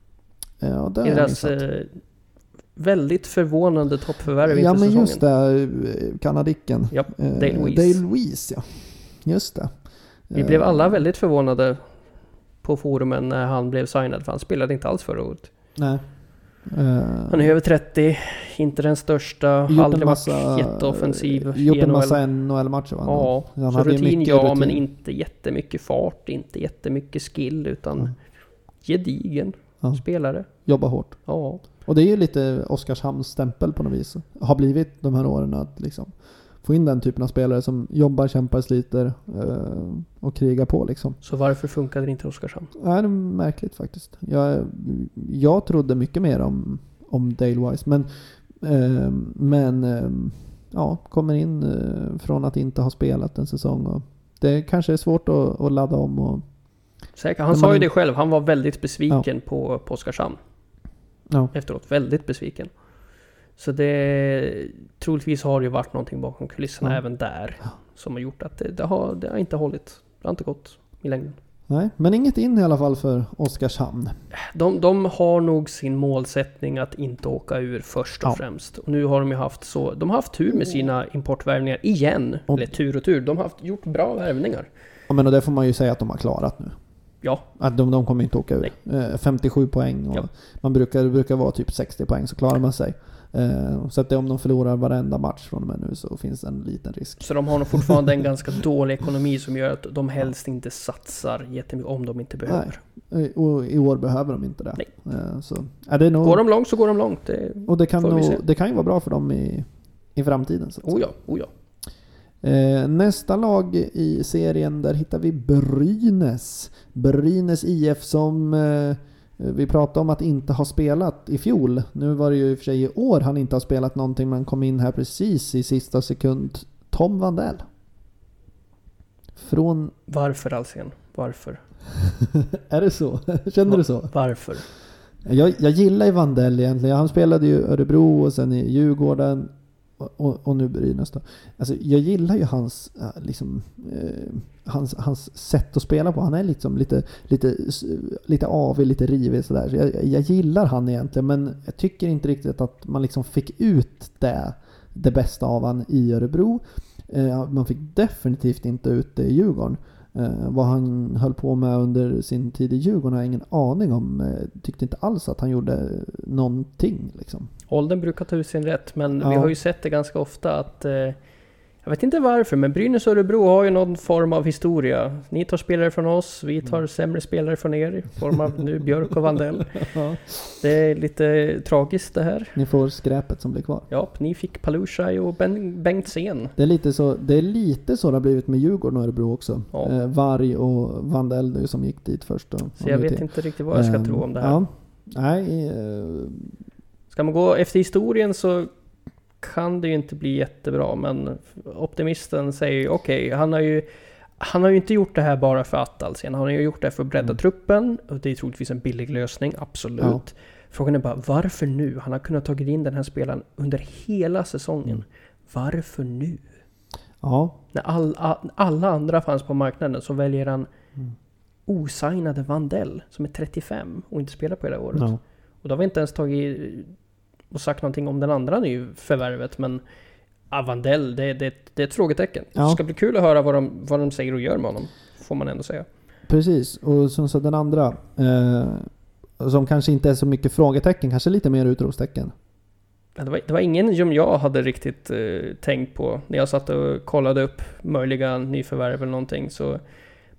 Ja, det I har jag deras missat. eh, väldigt förvånande toppförvärv inför Ja, men säsongen. just det. eh, Kanadicken. Ja, Eh, Dale Weiss. Dale Weiss, ja. Just det. Vi Eh, blev alla väldigt förvånade på forumen när han blev signad, för han spelade inte alls förra året. Nej. Eh, Han är över trettio, inte den största, gjort en aldrig massa, varit jätteoffensiv Gjort i en N H L. massa N H L-matcher, va? Ja, Så han så hade ju rutin mycket ja, rutin. men inte jättemycket fart, inte jättemycket skill, utan Mm. gedigen Ja. spelare. Jobba hårt. Ja, Och det är ju lite Oskarshamns stämpel på något vis. Har blivit de här åren att liksom få in den typen av spelare som jobbar, kämpar, sliter eh, och krigar på liksom. så varför funkade det inte i Oskarshamn? Ja, det är märkligt faktiskt. Jag, jag trodde mycket mer om, om Dale Weiss. Men, eh, men eh, ja, kommer in eh, från att inte ha spelat en säsong. Och det kanske är svårt att, att ladda om. Och, Säkert. Han Men sa man ju in- det själv, han var väldigt besviken på, på Oskarshamn ja. efteråt. Väldigt besviken. Så det troligtvis har det ju varit någonting bakom kulisserna Ja. även där Ja. som har gjort att det, det, har, det har inte hållit. Det har inte gått i längden. Nej, men inget in i alla fall för Oskarshamn. De, de har nog sin målsättning att inte åka ur först och Ja. främst. Och nu har de ju haft så, de har haft tur med sina importvärvningar igen. Och- Eller tur och tur. De har haft, gjort bra värvningar. Ja, men och det får man ju säga att de har klarat nu. Ja, Att de, de kommer inte åka ur. Eh, femtiosju poäng och Ja. man brukar, det brukar vara typ sextio poäng så klarar man sig. Eh, så att det, om de förlorar varenda match från och med nu så finns en liten risk. så de har nog fortfarande en ganska dålig ekonomi som gör att de helst inte satsar jättemycket om de inte behöver. Eh, Och i år behöver de inte det. Nej. Eh, så, är det nog, Går de långt så går de långt. Det, och det kan, får vi se. nog, det kan ju vara bra för dem i, i framtiden. Så att oh ja, oh ja. Eh, nästa lag i serien, där hittar vi Brynäs. Brynäs I F som eh, vi pratade om att inte ha spelat i fjol. Nu var det ju i och för sig i år han inte har spelat någonting, men kom in här precis i sista sekund. Tom Vandell. Från... Varför Alsen? Varför? Är det så? Känner du så? Varför? Jag, jag gillar ju Vandell egentligen. Han spelade ju Örebro och sen i Djurgården. Och, och nu Brynäs då. Alltså jag gillar ju hans, äh, liksom, eh, hans, hans sätt att spela på. Han är liksom lite, lite, lite avig, lite rivig sådär. Så jag, jag gillar han egentligen, men jag tycker inte riktigt att man liksom fick ut det, det bästa av han i Örebro. Eh, man fick definitivt inte ut det i Djurgården. Eh, vad han höll på med under sin tid i Djurgården har jag ingen aning om. Eh, tyckte inte alls att han gjorde någonting liksom. Åldern brukar ta ut sin rätt, men Ja. vi har ju sett det ganska ofta att... Eh, jag vet inte varför, men Brynäs och Örebro har ju någon form av historia. Ni tar spelare från oss, vi tar sämre spelare från er. I form av nu Björk och Vandell. Ja. Det är lite tragiskt det här. Ni får skräpet som blir kvar. Ja, ni fick Palushaj och ben- Bengtzén. Det är lite så det är lite så det har blivit med Djurgården och Örebro också. Ja. Eh, Varg och Vandell nu som gick dit först. Och, Så och jag nu vet till. inte riktigt vad jag ska Eh, tro om det här. Ja. Nej, eh, Ska man gå efter historien så kan det ju inte bli jättebra, men optimisten säger ju okej, okay, han har ju han har ju inte gjort det här bara för att alltså, han har ju gjort det för att bredda Mm. truppen, och det är troligtvis en billig lösning, absolut. Ja. Frågan är bara, varför nu? Han har kunnat tagit in den här spelaren under hela säsongen. Mm. Varför nu? ja. När all, all, alla andra fanns på marknaden så väljer han Mm. osignade Vandell som är trettiofem och inte spelar på hela året. Ja. Och då har vi inte ens tagit och sagt någonting om den andra nyförvärvet, men Vandell, det, det, det är ett frågetecken. Ja. Det ska bli kul att höra vad de, vad de säger och gör med honom, får man ändå säga. Precis, och som så den andra eh, som kanske inte är så mycket frågetecken, kanske lite mer utropstecken. Det var, det var ingen som jag hade riktigt eh, tänkt på när jag satt och kollade upp möjliga nyförvärv eller någonting. Så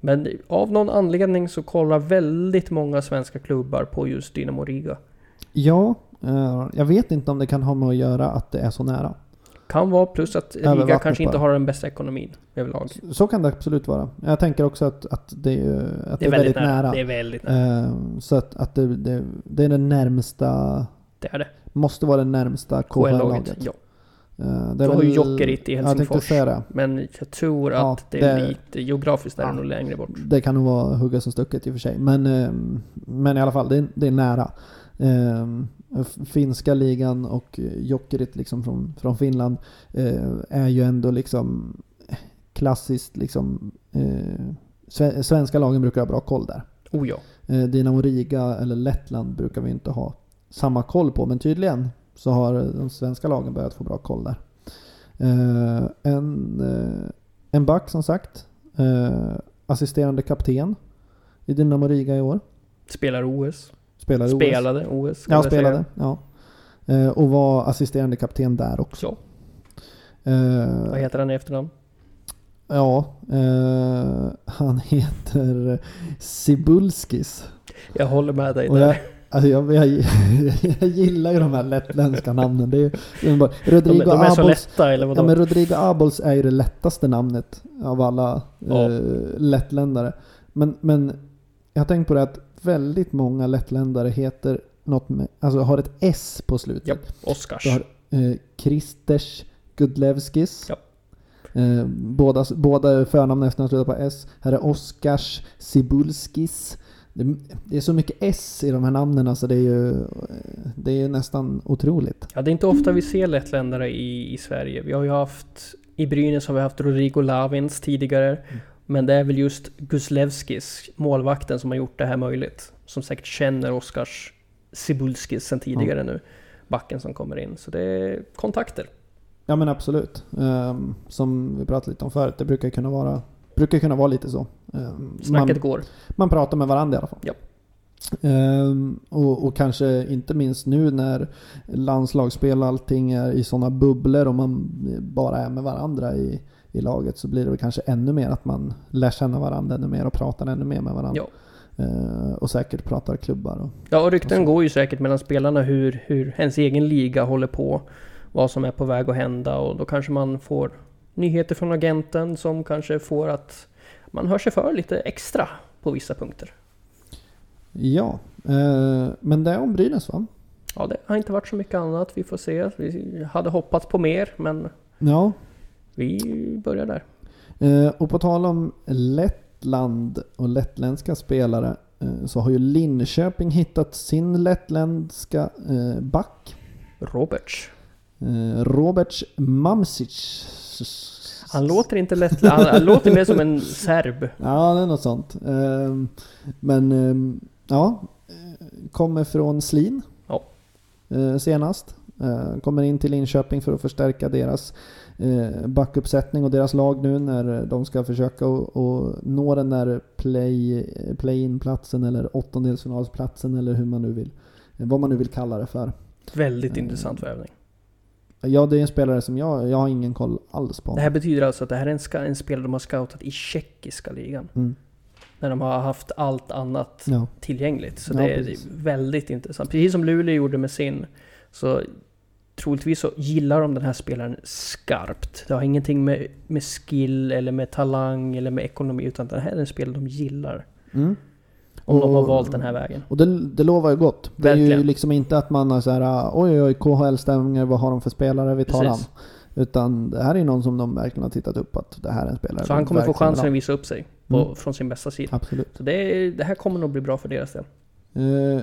Men av någon anledning så kollar väldigt många svenska klubbar på just Dynamo Riga. Ja, eh, jag vet inte om det kan ha med att göra att det är så nära. Kan vara, plus att Riga kanske inte har den bästa ekonomin överlag. Så, så kan det absolut vara. Jag tänker också att, att det är, att det är, det är väldigt nära. nära. Det är väldigt nära. Eh, så att, att det, det, det är den närmsta... Det är det. Måste vara den närmsta K H L-laget. Ja. Uh, det har ju Jokerit i Helsingfors. Jag men jag tror ja, att det är det, lite geografiskt där ja, nog längre bort. Det kan nog vara hugga som stucket i och för sig. Men, uh, men i alla fall, det är, det är nära. Uh, finska ligan och Jokerit liksom från, från Finland uh, är ju ändå liksom klassiskt liksom uh, svenska lagen brukar ha bra koll där. Oh ja. Uh, Dynamo Riga eller Lettland brukar vi inte ha samma koll på, men tydligen så har de svenska lagen börjat få bra koll där. Uh, en, uh, en back som sagt. Uh, assisterande kapten i Dynamo Riga i år. Spelar O S. Spelar spelade O S. Ja, spelade. Ja. Uh, och var assisterande kapten där också. Uh, Vad heter han i efternamn? Ja, uh, han heter Cibulskis. Jag håller med dig och där. Jag, Alltså jag, jag, jag gillar ju de här lättländska namnen. Det är ju, bara, Rodrigo de, de är Abols, så lätta, eller vadå? Ja, men Rodrigo Abols är ju det lättaste namnet av alla ja. eh, lättländare. Men, men jag har tänkt på det att väldigt många lättländare heter något med, alltså har ett S på slutet. Ja, Oskars. Du har eh, Kristers Gudlevskis. Ja. Eh, båda, båda förnamn efter slutar på S. Här är Oskars Cibulskis. Det, det är så mycket S i de här namnen, alltså det är ju det är nästan otroligt. Ja, det är inte ofta vi ser lättländare i, i Sverige. Vi har ju haft, i Brynäs har vi haft Rodrigo Lavins tidigare. Mm. Men det är väl just Guslevskis, målvakten, som har gjort det här möjligt. Som säkert känner Oskars Cibulskis sen tidigare mm. nu. Backen som kommer in. Så det är kontakter. Ja, men absolut. Um, som vi pratade lite om förut, det brukar kunna vara brukar kunna vara lite så. Um, Snacket man, går. Man pratar med varandra i alla fall. Ja. Um, och, och kanske inte minst nu när landslagsspel och allting är i sådana bubblor och man bara är med varandra i, i laget, så blir det väl kanske ännu mer att man lär känna varandra ännu mer och pratar ännu mer med varandra. Ja. Uh, och säkert pratar klubbar. Och, ja, och rykten och går ju säkert mellan spelarna hur, hur ens egen liga håller på, vad som är på väg att hända, och då kanske man får nyheter från agenten som kanske får att man hör sig för lite extra på vissa punkter. Ja, eh, men det är om Brynäs, va? Ja, det har inte varit så mycket annat. Vi får se. Vi hade hoppats på mer, men ja. Vi börjar där. Eh, och på tal om Lettland och lettländska spelare, eh, så har ju Linköping hittat sin lettländska eh, back. Robert. Eh, Robert Mamsic. Han låter inte lätt, han, han låter mer som en serb. Ja, det är något sånt. Um, men um, ja, kommer från Slin ja. uh, senast. Uh, kommer in till Linköping för att förstärka deras uh, backuppsättning och deras lag nu när de ska försöka och, och nå den där play, play-in-platsen eller åttondelsfinalsplatsen eller hur man nu vill, vad man nu vill kalla det för. Väldigt uh, intressant värvning. Ja, det är en spelare som jag, jag har ingen koll alls på. Det här betyder alltså att det här är en, ska, en spelare de har scoutat i tjeckiska ligan. Mm. När de har haft allt annat ja. tillgängligt. Så ja, det är precis. väldigt intressant. Precis som Luleå gjorde med sin, så troligtvis så gillar de den här spelaren skarpt. Det har ingenting med, med skill eller med talang eller med ekonomi, utan det här är en spelare de gillar. Mm. Om och, de har valt den här vägen. Och det, det lovar ju gott. Det Verkligen. är ju liksom inte att man har så här, oj oj, K H L-stämningar, vad har de för spelare, vi tar han. Utan det här är någon som de verkligen har tittat upp att det här är en spelare. Så han kommer få chansen att visa upp sig på, mm. från sin bästa sida. Absolut. Så det, det här kommer nog bli bra för deras del. Uh,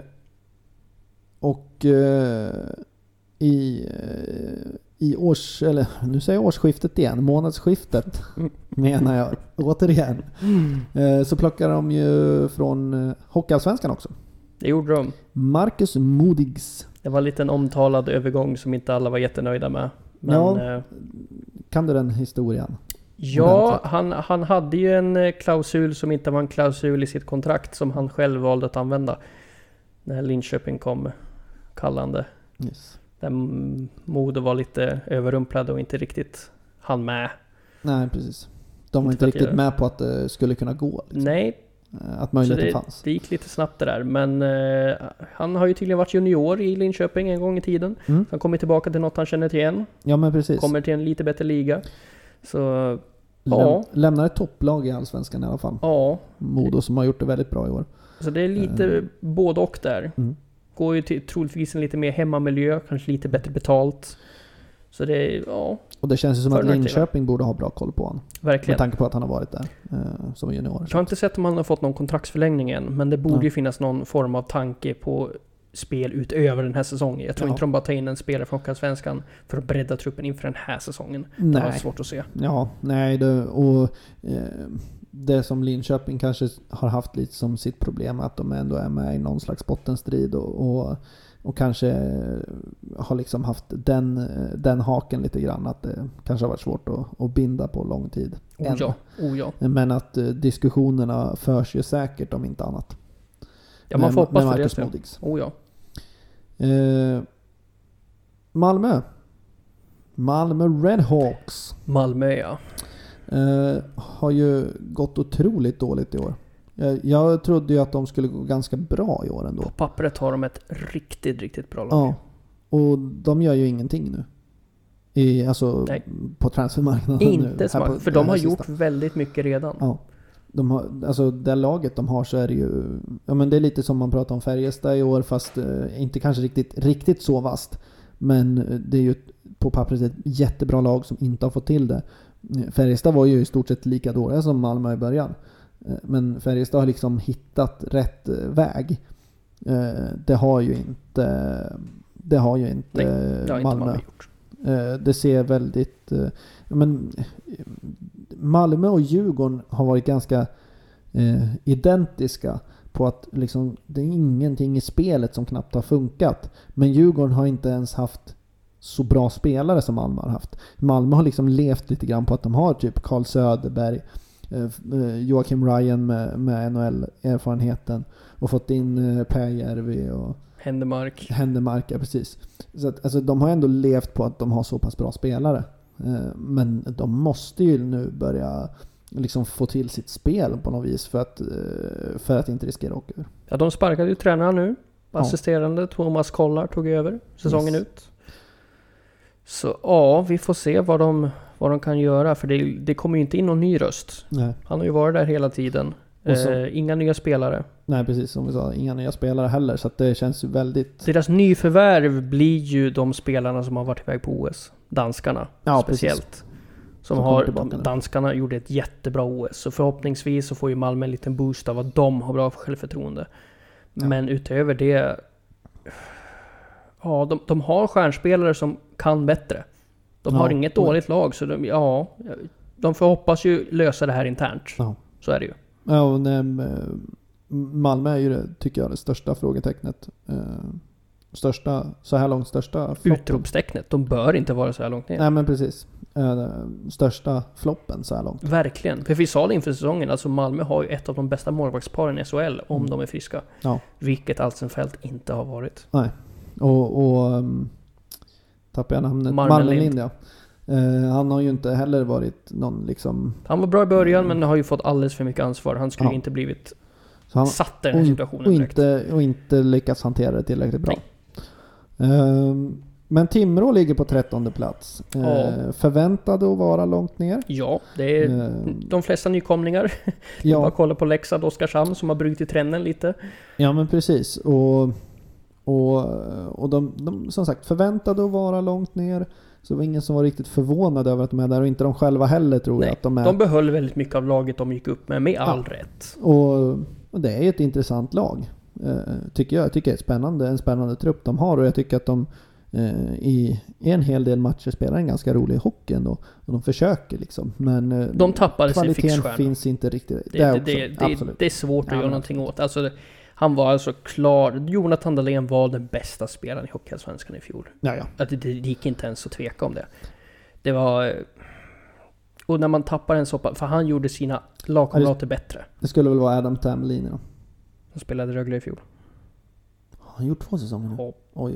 och uh, i, uh, i års, eller nu säger jag årsskiftet igen, månadsskiftet mm. menar jag återigen. Mm. Uh, så plockar de ju från uh, Hockeyallsvenskan också. Det gjorde de. Marcus Modigs. Det var en liten omtalad övergång som inte alla var jättenöjda med. Men, ja, eh, kan du den historien? Ja, han, han hade ju en klausul som inte var en klausul i sitt kontrakt som han själv valde att använda. När Linköping kom kallande. Yes. Där Modo var lite överrumplade och inte riktigt han med. Nej, precis. De var inte, inte riktigt med på att det skulle kunna gå. Liksom. Nej. Att möjligheten det, fanns. Det gick lite snabbt det där. Men eh, han har ju tydligen varit junior i Linköping en gång i tiden. Mm. Han kommer tillbaka till något han känner till igen. Ja, men precis. Kommer till en lite bättre liga. Så, Läm, ja. Lämnar ett topplag i Allsvenskan i alla fall. Ja. Modo som har gjort det väldigt bra i år. Så det är lite uh. både och där. Mm. Går ju till troligtvis en lite mer hemmamiljö. Kanske lite bättre betalt. Så det är, ja. Och det känns ju som att Linköping borde ha bra koll på honom. Verkligen. Med tanke på att han har varit där eh, som junior. Jag har inte sett om han har fått någon kontraktsförlängning än. Men det borde ja. ju finnas någon form av tanke på spel utöver den här säsongen. Jag tror ja. inte de bara tar in en spelare från Hockeyallsvenskan för att bredda truppen inför den här säsongen. Nej. Det är svårt att se. Ja, nej. Det, och eh, det som Linköping kanske har haft lite som sitt problem att de ändå är med i någon slags bottenstrid och, och Och kanske har liksom haft den, den haken lite grann. Att det kanske har varit svårt att, att binda på lång tid. Oh ja, oh ja. Men att diskussionerna förs ju säkert om inte annat. Ja, man får hoppas för det. Oh ja. Eh, Malmö. Malmö Redhawks. Malmö, ja. Eh, har ju gått otroligt dåligt i år. Jag trodde ju att de skulle gå ganska bra i år ändå. På pappret har de ett riktigt, riktigt bra lag. Ja, och de gör ju ingenting nu. I, alltså Nej. på transfermarknaden Inte nu. smart, På, för de har sista. gjort väldigt mycket redan. Ja. De har, alltså det laget de har så är det ju... Ja, men det är lite som man pratar om Färjestad i år, fast eh, inte kanske riktigt, riktigt så vast. Men det är ju på pappret ett jättebra lag som inte har fått till det. Färjestad var ju i stort sett lika dåliga som Malmö i början. Men Färjestad har liksom hittat rätt väg. Det har ju inte det har ju inte, Nej, det har Malmö. inte Malmö gjort. Det ser väldigt men Malmö och Djurgården har varit ganska identiska på att liksom det är ingenting i spelet som knappt har funkat. Men Djurgården har inte ens haft så bra spelare som Malmö har haft. Malmö har liksom levt lite grann på att de har typ Carl Söderberg, Joakim Ryan med, med N H L-erfarenheten och fått in Per Järvi och Händemark. Händemark, ja, precis. Så att, alltså, de har ändå levt på att de har så pass bra spelare. Men de måste ju nu börja liksom få till sitt spel på något vis för att, för att inte riskera att åka ur. Ja, de sparkade ju tränaren nu. Assisterande ja. Thomas Kollar tog över säsongen yes. ut. Så ja, vi får se vad de, vad de kan göra. För det, det kommer ju inte in någon ny röst. Nej. Han har ju varit där hela tiden. Så, eh, inga nya spelare. Nej, precis som vi sa. Inga nya spelare heller. Så att det känns ju väldigt... Deras nyförvärv blir ju de spelarna som har varit iväg på O S. Danskarna ja, speciellt. Precis. Som, som har, danskarna gjorde ett jättebra O S. Så förhoppningsvis så får ju Malmö en liten boost av att de har bra självförtroende. Ja. Men utöver det... Ja, de, de har stjärnspelare som kan bättre. De ja, har inget dåligt lag. Så de, ja, de får hoppas ju lösa det här internt. Ja. Så är det ju. Ja, och nej, Malmö är ju det, tycker jag, det största frågetecknet. Eh, största, så här långt största floppen. Utropstecknet. De bör inte vara så här långt ner. Nej, men precis. Eh, största floppen så här långt. Verkligen. För vi sa det inför säsongen. Alltså Malmö har ju ett av de bästa målvaktsparen i S H L om mm. de är friska. Ja. Vilket Alsenfelt inte har varit. Nej. Och, och um, tappar jag namnet? Marmelind, ja. Uh, han har ju inte heller varit någon liksom... Han var bra i början men har ju fått alldeles för mycket ansvar. Han skulle ja. inte blivit han, satt i den här situationen och inte, och inte lyckats hantera det tillräckligt bra. Uh, men Timrå ligger på trettonde plats. Uh, ja. Förväntade att vara långt ner. Ja, det är uh, de flesta nykomlingar. Ja. Bara kolla på Leksand och Oskarshamn som har brutit trenden lite. Ja, men precis. Och... Och, och de, de som sagt förväntade att vara långt ner. Så det var ingen som var riktigt förvånad över att de är där. Och inte de själva heller tror Nej, jag att de är. De behöll väldigt mycket av laget de gick upp med. Med all ja. rätt. Och, och det är ett intressant lag. Eh, tycker jag. Jag tycker det är spännande, en spännande trupp de har. Och jag tycker att de eh, i, i en hel del matcher spelar en ganska rolig hockey ändå. Och de försöker liksom. Men eh, de tappade sin kvaliteten finns inte riktigt. Det, det, det, det, det, det är svårt att ja, göra någonting åt. Alltså det, han var alltså klar. Jonathan Dahlén var den bästa spelaren i Hockeyallsvenskan i fjol. Ja, ja. Att det, det gick inte ens att tveka om det. Det var... Och när man tappar en soppa... För han gjorde sina lagkamrater bättre. Det skulle väl vara Adam Tamlin då? Han spelade Rögle i fjol. Han har gjort två säsonger nu. Ja. Oj.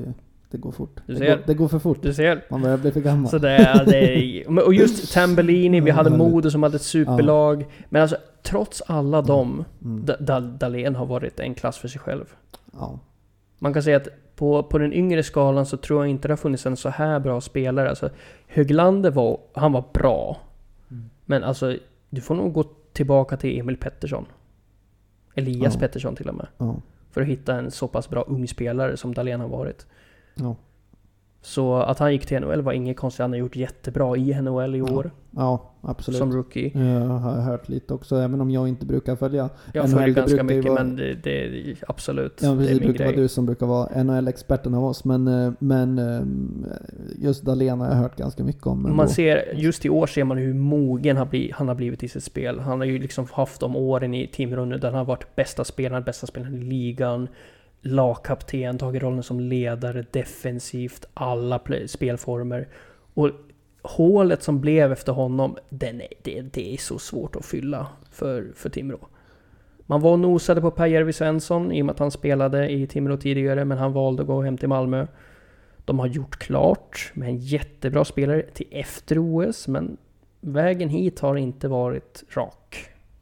Det går fort. Du Det ser. går, det går för fort. Du ser. Man börjar bli för gammal. Så det är, det är, och just Tambellini, vi hade Modo som hade ett superlag. Ja. Men alltså, trots alla dem, mm. Mm. Dahlén har varit en klass för sig själv. Ja. Man kan säga att på, på den yngre skalan så tror jag inte det har funnits en så här bra spelare. Alltså, Höglander var, han var bra. Mm. Men alltså, du får nog gå tillbaka till Emil Pettersson. Elias ja. Pettersson till och med. Ja. För att hitta en så pass bra ung spelare som Dahlén har varit. Ja. Så att han gick till N H L var inget konstigt. Han har gjort jättebra i N H L i år. Ja, absolut. Som rookie. Jag har hört lite också, även om jag inte brukar följa jag N H L. Jag följer ganska mycket, vara... men det, det absolut. Ja, precis, det är det min brukar grej. vara du som brukar vara N H L-experten av oss. Men, men just Dahlén har jag hört ganska mycket om. Man ser, just i år ser man hur mogen han, bli, han har blivit i sitt spel. Han har ju liksom haft de åren i Timrå där han har varit bästa spelaren, bästa spelaren i ligan. Lagkapten, tagit rollen som ledare, defensivt, alla play, spelformer. Och hålet som blev efter honom, den är, det, det är så svårt att fylla för, för Timrå. Man var och nosade på Per-Järvi Svensson i och med att han spelade i Timrå tidigare, men han valde att gå hem till Malmö. De har gjort klart med en jättebra spelare till efter O S, men vägen hit har inte varit rak.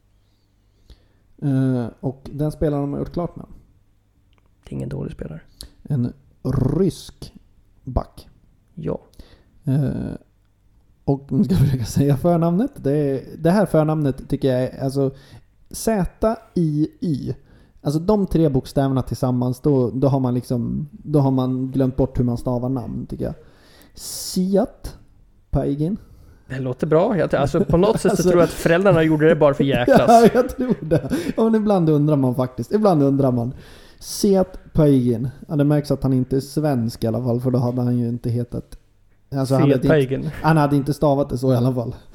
Uh, och den spelaren de har gjort klart med? Det är ingen dålig spelare. En rysk back. Ja. Uh, och nu ska jag försöka säga förnamnet. Det, det här förnamnet tycker jag är alltså Z I Y. Alltså de tre bokstäverna tillsammans, då, då har man liksom då har man glömt bort hur man stavar namn, tycker jag. Siat Paigin. Det låter bra. Jag, alltså på något sätt så alltså, tror jag att föräldrarna gjorde det bara för jäklas. Ja, jag tror det. Ja, men ibland undrar man faktiskt. Ibland undrar man. Siat Paigin. Ja, det märks att han inte är svensk i alla fall, för då hade han ju inte hetat... Alltså, han, hade inte, han hade inte stavat det så i alla fall.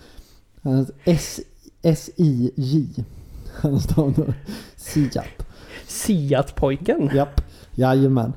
S I J. Han stavade Siat. Siat-pojken? Japp. Jajamän.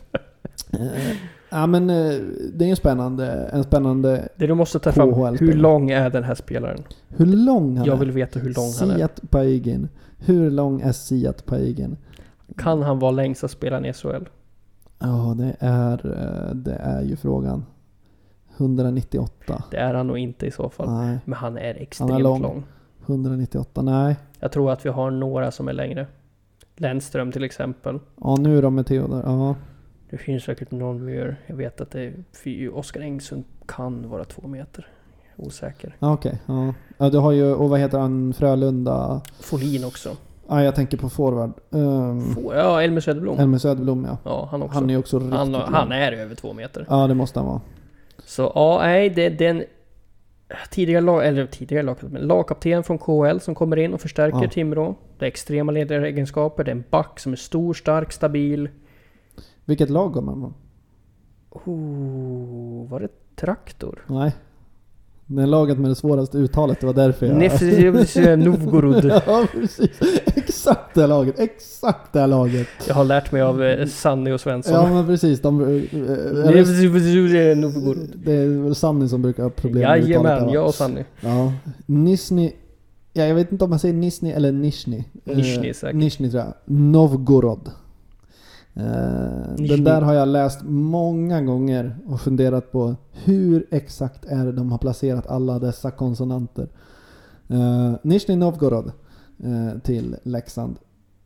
Ja, men det är en spännande, en spännande det du måste ta fram, hur lång är den här spelaren? Hur lång han är? Jag vill veta hur lång han är. Siat Paigin. Hur lång är Siat Paigin? Kan han vara längsta spelaren i S H L? Ja, det är, det är ju frågan. hundranittioåtta. Det är han nog inte i så fall. Nej. Men han är extremt han är lång. lång. hundranittioåtta, nej. Jag tror att vi har några som är längre. Lennström till exempel. Ja, nu då med Theodor. Ja. Det finns säkert någon mer. Jag vet att det är Oskar Engsund kan vara två meter. Osäker. Ja, okej. Okay. Ja. Ja, du har ju, och vad heter han, Frölunda? Folin också. Ja, jag tänker på forward. Um, ja, Elmer Söderblom. Elmer Söderblom, ja. Ja, han också. Han är också riktigt han, han är över två meter. Ja, det måste han vara. Så ja, nej, det är den tidigare lag, eller tidigare lag, men lagkapten från K H L som kommer in och förstärker ja. Timrå. Det är extrema ledaregenskaper. Det är en back som är stor, stark, stabil. Vilket lag går man på? Oh, var det Traktor? Nej. Det är laget med det svåraste uttalet, det var därför jag... Nefse Novgorod. Ja, precis. Exakt det laget. Exakt det laget. Jag har lärt mig av eh, Sanny och Svensson. Ja, men precis. De, eh, Nefse Novgorod. Det är väl Sanny som brukar ha problem med uttalet. Jajamän, jag och Sanny. Ja. Nizhny... Ja, jag vet inte om man säger Nizhny eller Nizhny. Nizhny eh, säkert. Nizhny tror jag. Novgorod. Uh, den där har jag läst många gånger och funderat på hur exakt är det de har placerat alla dessa konsonanter. Uh, Nizhny Novgorod uh, till Leksand.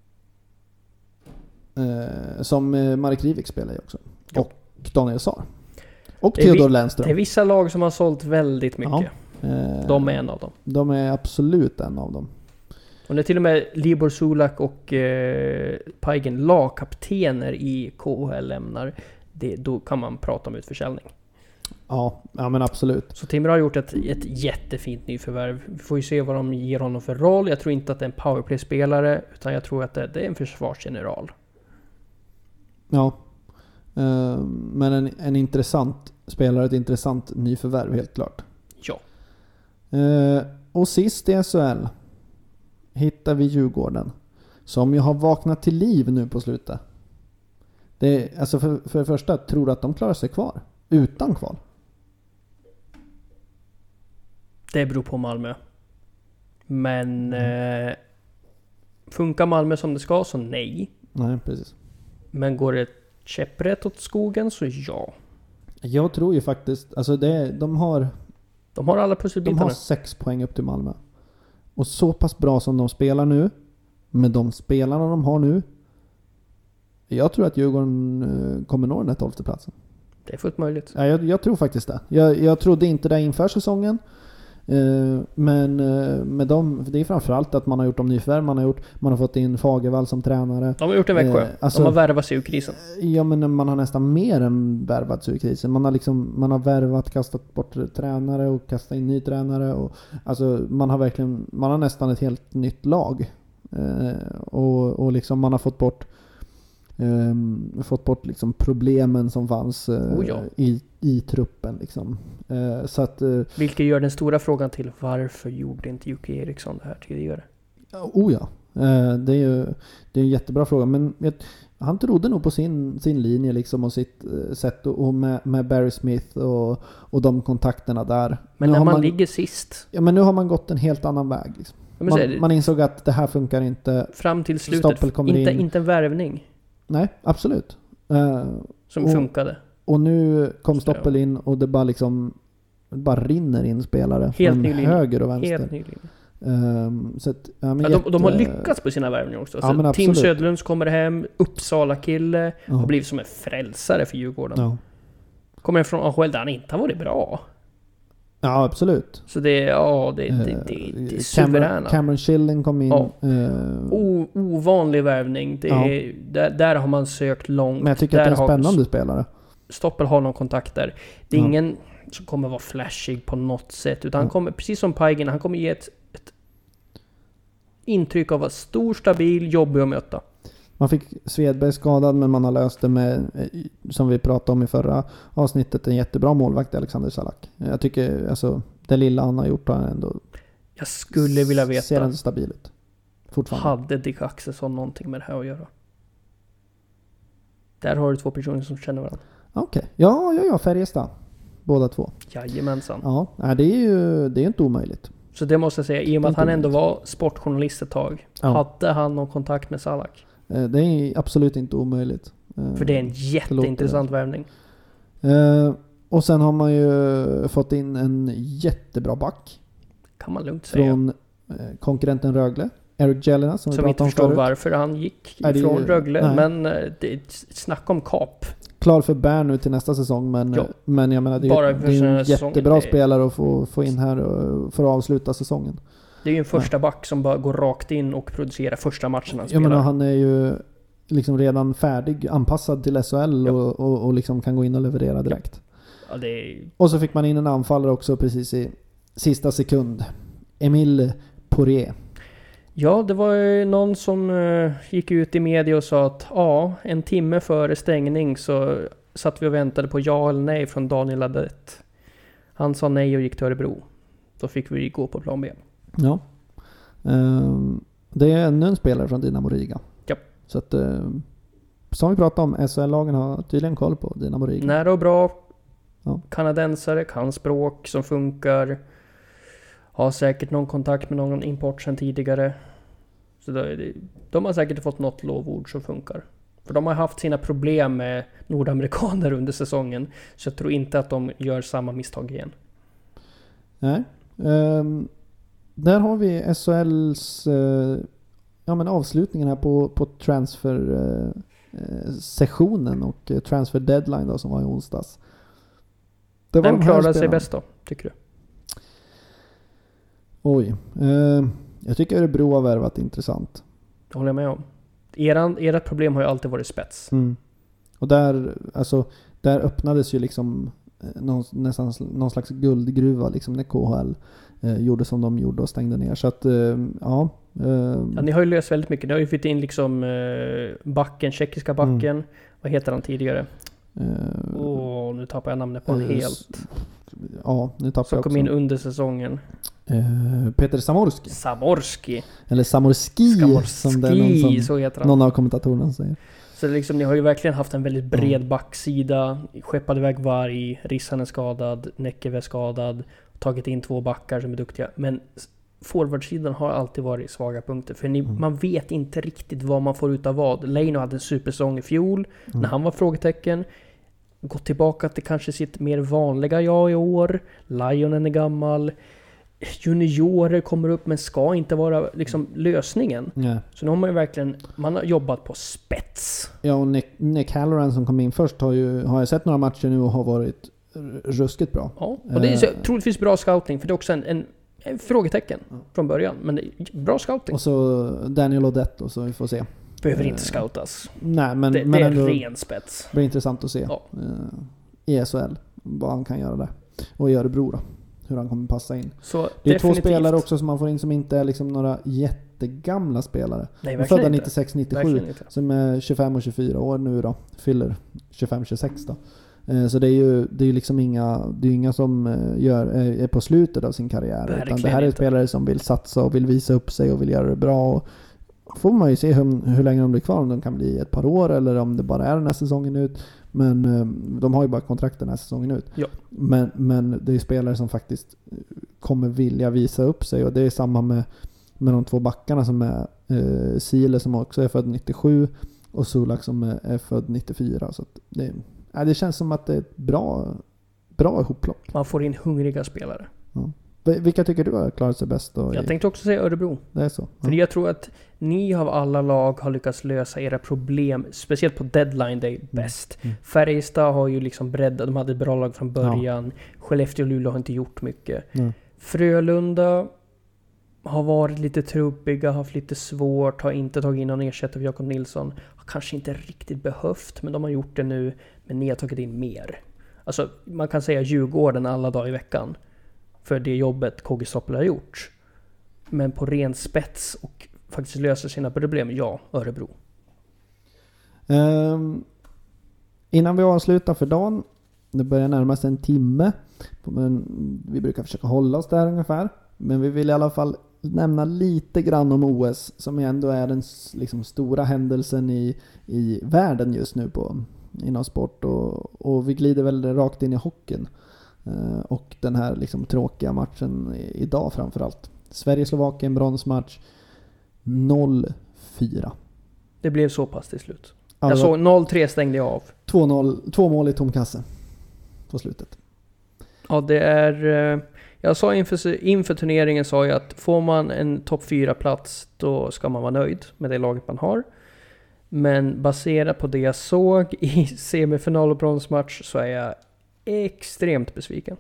Uh, som uh, Marek Rivik spelar ju också. Ja. Och Daniel Saar. Och Theodor Lennström. Det är vissa lag som har sålt väldigt mycket. Ja. Uh, de är en av dem. De är absolut en av dem. Och när till och med Libor Sulak och eh, Paigin lagkaptener i K H L lämnar, det, då kan man prata om utförsäljning. Ja, ja men absolut. Så Timrå har gjort ett, ett jättefint nyförvärv. Vi får ju se vad de ger honom för roll. Jag tror inte att det är en powerplay-spelare, utan jag tror att det, det är en försvarsgeneral. Ja, uh, men en, en intressant spelare, ett intressant nyförvärv helt klart. Ja. Uh, och sist i S H L hittar vi Djurgården, som ju har vaknat till liv nu på slutet. Det är, alltså för, för det första, tror du att de klarar sig kvar utan kval? Det beror på Malmö. Men mm. eh, funkar Malmö som det ska, så nej. Nej, precis. Men går det käpprätt åt skogen, så ja. Jag tror ju faktiskt, alltså det, de har De har alla de pusselbitarna. har sex poäng upp till Malmö. Och så pass bra som de spelar nu, med de spelarna de har nu, jag tror att Djurgården eh, kommer nå den här tolfte platsen. Det är fullt möjligt. Ja, jag, jag tror faktiskt det. Jag, jag trodde inte det inför säsongen. Eh, men eh, med dem, det är framförallt att man har gjort de nyförvärv man har gjort. Man har fått in Fagervall som tränare. De har gjort en Växjö. Eh, alltså- de har värvat sig ur krisen. Ja, men man har nästan mer än värvat sig ur krisen. Man har liksom, man har värvat, kastat bort tränare och kastat in ny tränare. Och, alltså man har verkligen, man har nästan ett helt nytt lag. Eh, och, och liksom man har fått bort Um, fått bort liksom problemen som fanns uh, Oh ja. i, i truppen liksom. Uh, så att uh, Vilket gör den stora frågan till varför gjorde inte Jocke Eriksson det här tidigare? oh ja, uh, det är ju det är en jättebra fråga, men vet, han trodde nog på sin, sin linje liksom och sitt uh, sätt och, och med, med Barry Smith och, och de kontakterna där. Men nu när har man, man ligger sist, ja, men nu har man gått en helt annan väg liksom. men så är man, det, man insåg att det här funkar inte. fram till Stoppel slutet, kommer inte, in. inte en värvning Nej, absolut. Uh, som och- funkade. Och nu kom Så, Stoppel in och det bara liksom det bara rinner in spelare Helt från ny linje. höger och vänster. Helt nyligen. Um, så att, ja, men Ja, de, de har jätte- lyckats på sina värvningar också. Ja, men Alltså, Tim absolut. Söderlunds kommer hem, Uppsala-kille, Ja. har blivit som en frälsare för Djurgården. Ja. Kommer från A H L där han inte har varit bra. ja, absolut. Så det är, ja, det, det, det, Eh, det är Cameron, suveräna. Cameron Schilling kom in. Ja. eh, O, ovanlig värvning. Det Ja. är, där, där har man sökt långt. men jag tycker där att det är en har- spännande spelare. Stoppel har någon kontakt där. Det är Ja. ingen som kommer vara flashig på något sätt. Utan Ja. han kommer, precis som Paigen, han kommer ge ett, ett intryck av att vara stor, stabil, jobbig att möta. Man fick Svedberg skadad, men man har löst det med, eh, som vi pratade om i förra avsnittet, en jättebra målvakt, Alexander Salak. Jag tycker, alltså, det lilla han har gjort har han ändå Jag skulle vilja ser veta, ändå stabil ut. Fortfarande. hade Dick Axelsson någonting med det här att göra? Där har du två personer som känner varandra. Okej. Ja, ja, ja, Färjestad. Båda två. Jajamensan. Ja, nej, det är ju det är inte omöjligt. Så det måste jag säga, i och med att han ändå var sportjournalist ett tag. Ja. Hade han någon kontakt med Salak? Eh, Det är absolut inte omöjligt. Eh, För det är en jätteintressant värvning. Eh, och sen har man ju fått in en jättebra back Kan man lugnt säga. från eh, konkurrenten Rögle. Eric Jelena som vi Som inte pratade om förstår förut. varför han gick Nej, det är ifrån ju- Rögle. nej. Men eh, det är ett snack om kap. Klar för Bern nu till nästa säsong, men, Ja. men jag menar det är, Bara ju- för det är den en här säsongen, jättebra det är- spelare att få, få in här och, för att avsluta säsongen. Det är ju en första back som bara går rakt in och producerar första matchen han Jag spelar. menar, han är ju liksom redan färdig, anpassad till S H L Ja. och, och, och liksom kan gå in och leverera direkt. Ja, det är, Och så fick man in en anfallare också precis i sista sekund. Emile Poirier. ja, det var ju någon som eh, gick ut i media och sa att ja, en timme före stängning så satt vi och väntade på ja eller nej från Daniel Ladette. Han sa nej och gick till Örebro. Då fick vi gå på plan B. Ja. Ehm, det är ännu en spelare från Dynamo Riga. Ja. Så att, ehm, som vi pratade om, S H L-lagen har tydligen koll på Dynamo Riga. Nära och bra. Ja. Kanadensare, kan språk som funkar. Har säkert någon kontakt med någon import sedan tidigare. Så då är det, de har säkert fått något lovord som funkar. För de har haft sina problem med nordamerikaner under säsongen. Så jag tror inte att de gör samma misstag igen. Nej. Ehm, där har vi S H L:s eh, ja, men avslutningen här på, på transfer eh, eh, sessionen och eh, transfer deadline då, som var i onsdags. Det var Vem de här klarade sig spelarna. bäst då, tycker du? Oj. Ehm, jag tycker Örebro har värvat intressant. Det håller jag med om. Eran, ert problem har ju alltid varit spets. Mm. Och där, alltså, där öppnades ju liksom eh, någon, nästan någon slags guldgruva liksom när K H L eh, gjorde som de gjorde och stängde ner. Så att, eh, ja. Eh, Ja, ni har ju löst väldigt mycket. Ni har ju fått in liksom eh, backen, tjeckiska backen. Mm. Vad heter han tidigare? eh, Åh, nu tappar jag namnet på honom eh, helt. Ja, nu tappar Som jag kom också. in under säsongen. Eh, Peter Samorski. Samorski. Eller Samorski, som det är någon, Samorski, som, så heter han. någon av kommentatorerna säger. Så liksom, ni har ju verkligen haft en väldigt bred Mm. backsida. Skeppade iväg Varg, Rissanen skadad, Näckeve skadad. Tagit in två backar som är duktiga. Men forwardsidan har alltid varit svaga punkter. För ni, Mm. man vet inte riktigt vad man får ut av vad. Leino hade en supersäsong i fjol. Mm. När han var frågetecken. Gått tillbaka till kanske sitt mer vanliga jag i år. Lionen är gammal. Juniorer kommer upp men ska inte vara liksom lösningen. Ja. Så nu har man ju verkligen, man har jobbat på spets. Ja, och Nick, Nick Halloran som kom in först har ju har jag sett några matcher nu och har varit ruskigt bra. Ja, och det är Eh. så, troligtvis bra scouting, för det är också en, en, en frågetecken Ja. från början. Men det är bra scouting. Och så Daniel Odette och så vi får se. Behöver eh. inte scoutas. Nej, men, Det, men det är ändå ren spets. blir intressant att se Ja. eh, i S H L vad han kan göra där. Och i Örebro då. Hur han kommer passa in. Så Det är definitivt. två spelare också som man får in som inte är liksom några jättegamla spelare. Nej, De är verkligen födda inte. nittiosex nittiosju. Verkligen inte. Som är tjugofem och tjugofyra år nu då. Fyller tjugofem tjugosex då. Eh, Så det är ju det är ju liksom inga, det är inga som eh, gör, är är på slutet av sin karriär. Utan Verkligen det här är inte. spelare som vill satsa och vill visa upp sig och vill göra det bra. Och får man ju se hur, hur länge de blir kvar. Om de kan bli ett par år eller om det bara är den här säsongen ut. Men eh, de har ju bara kontrakt den här säsongen ut. Ja. Men, men det är spelare som faktiskt kommer vilja visa upp sig. Och det är samma med, med de två backarna som är eh, Sile som också är född nittiosju. Och Sulak som är, är född nittiofyra. Så att det, ja, det känns som att det är ett bra, bra ihopplock. Man får in hungriga spelare. V- Vilka tycker du har klarat sig bäst då? Jag i- tänkte också säga Örebro. Det är så? För Ja. jag tror att ni av alla lag har lyckats lösa era problem, speciellt på deadline day, bäst. Mm. Färjestad har ju liksom breddat, de hade ett bra lag från början. Skellefteå och Luleå har inte gjort mycket. Ja. Frölunda har varit lite trubbiga, haft lite svårt, har inte tagit in någon ersättare för Jakob Nilsson. Har kanske inte riktigt behövt, men de har gjort det nu. Men ni har tagit in mer. Alltså, man kan säga Djurgården alla dagar i veckan. För det jobbet K G Stoppel har gjort. Men på ren spets och faktiskt lösa sina problem, ja, Örebro. Ehm, innan vi avslutar för dagen, det börjar närma sig en timme, men vi brukar försöka hålla oss där ungefär, men vi vill i alla fall nämna lite grann om O S som ändå är den s- liksom stora händelsen i, i världen just nu på, inom sport, och, och vi glider väl rakt in i hockeyn. Ehm, och den här liksom tråkiga matchen i, idag framförallt. Sverige-Slovakien bronsmatch noll fyra. Det blev så pass till slut. Ja, Jag det var såg noll tre stängde jag av. två noll, två mål i tom kasse på slutet. Ja, det är... eh, Jag sa inför, inför turneringen sa jag att får man en topp fyra plats då ska man vara nöjd med det laget man har. Men baserat på det jag såg i semifinal och bronsmatch så är jag extremt besviken.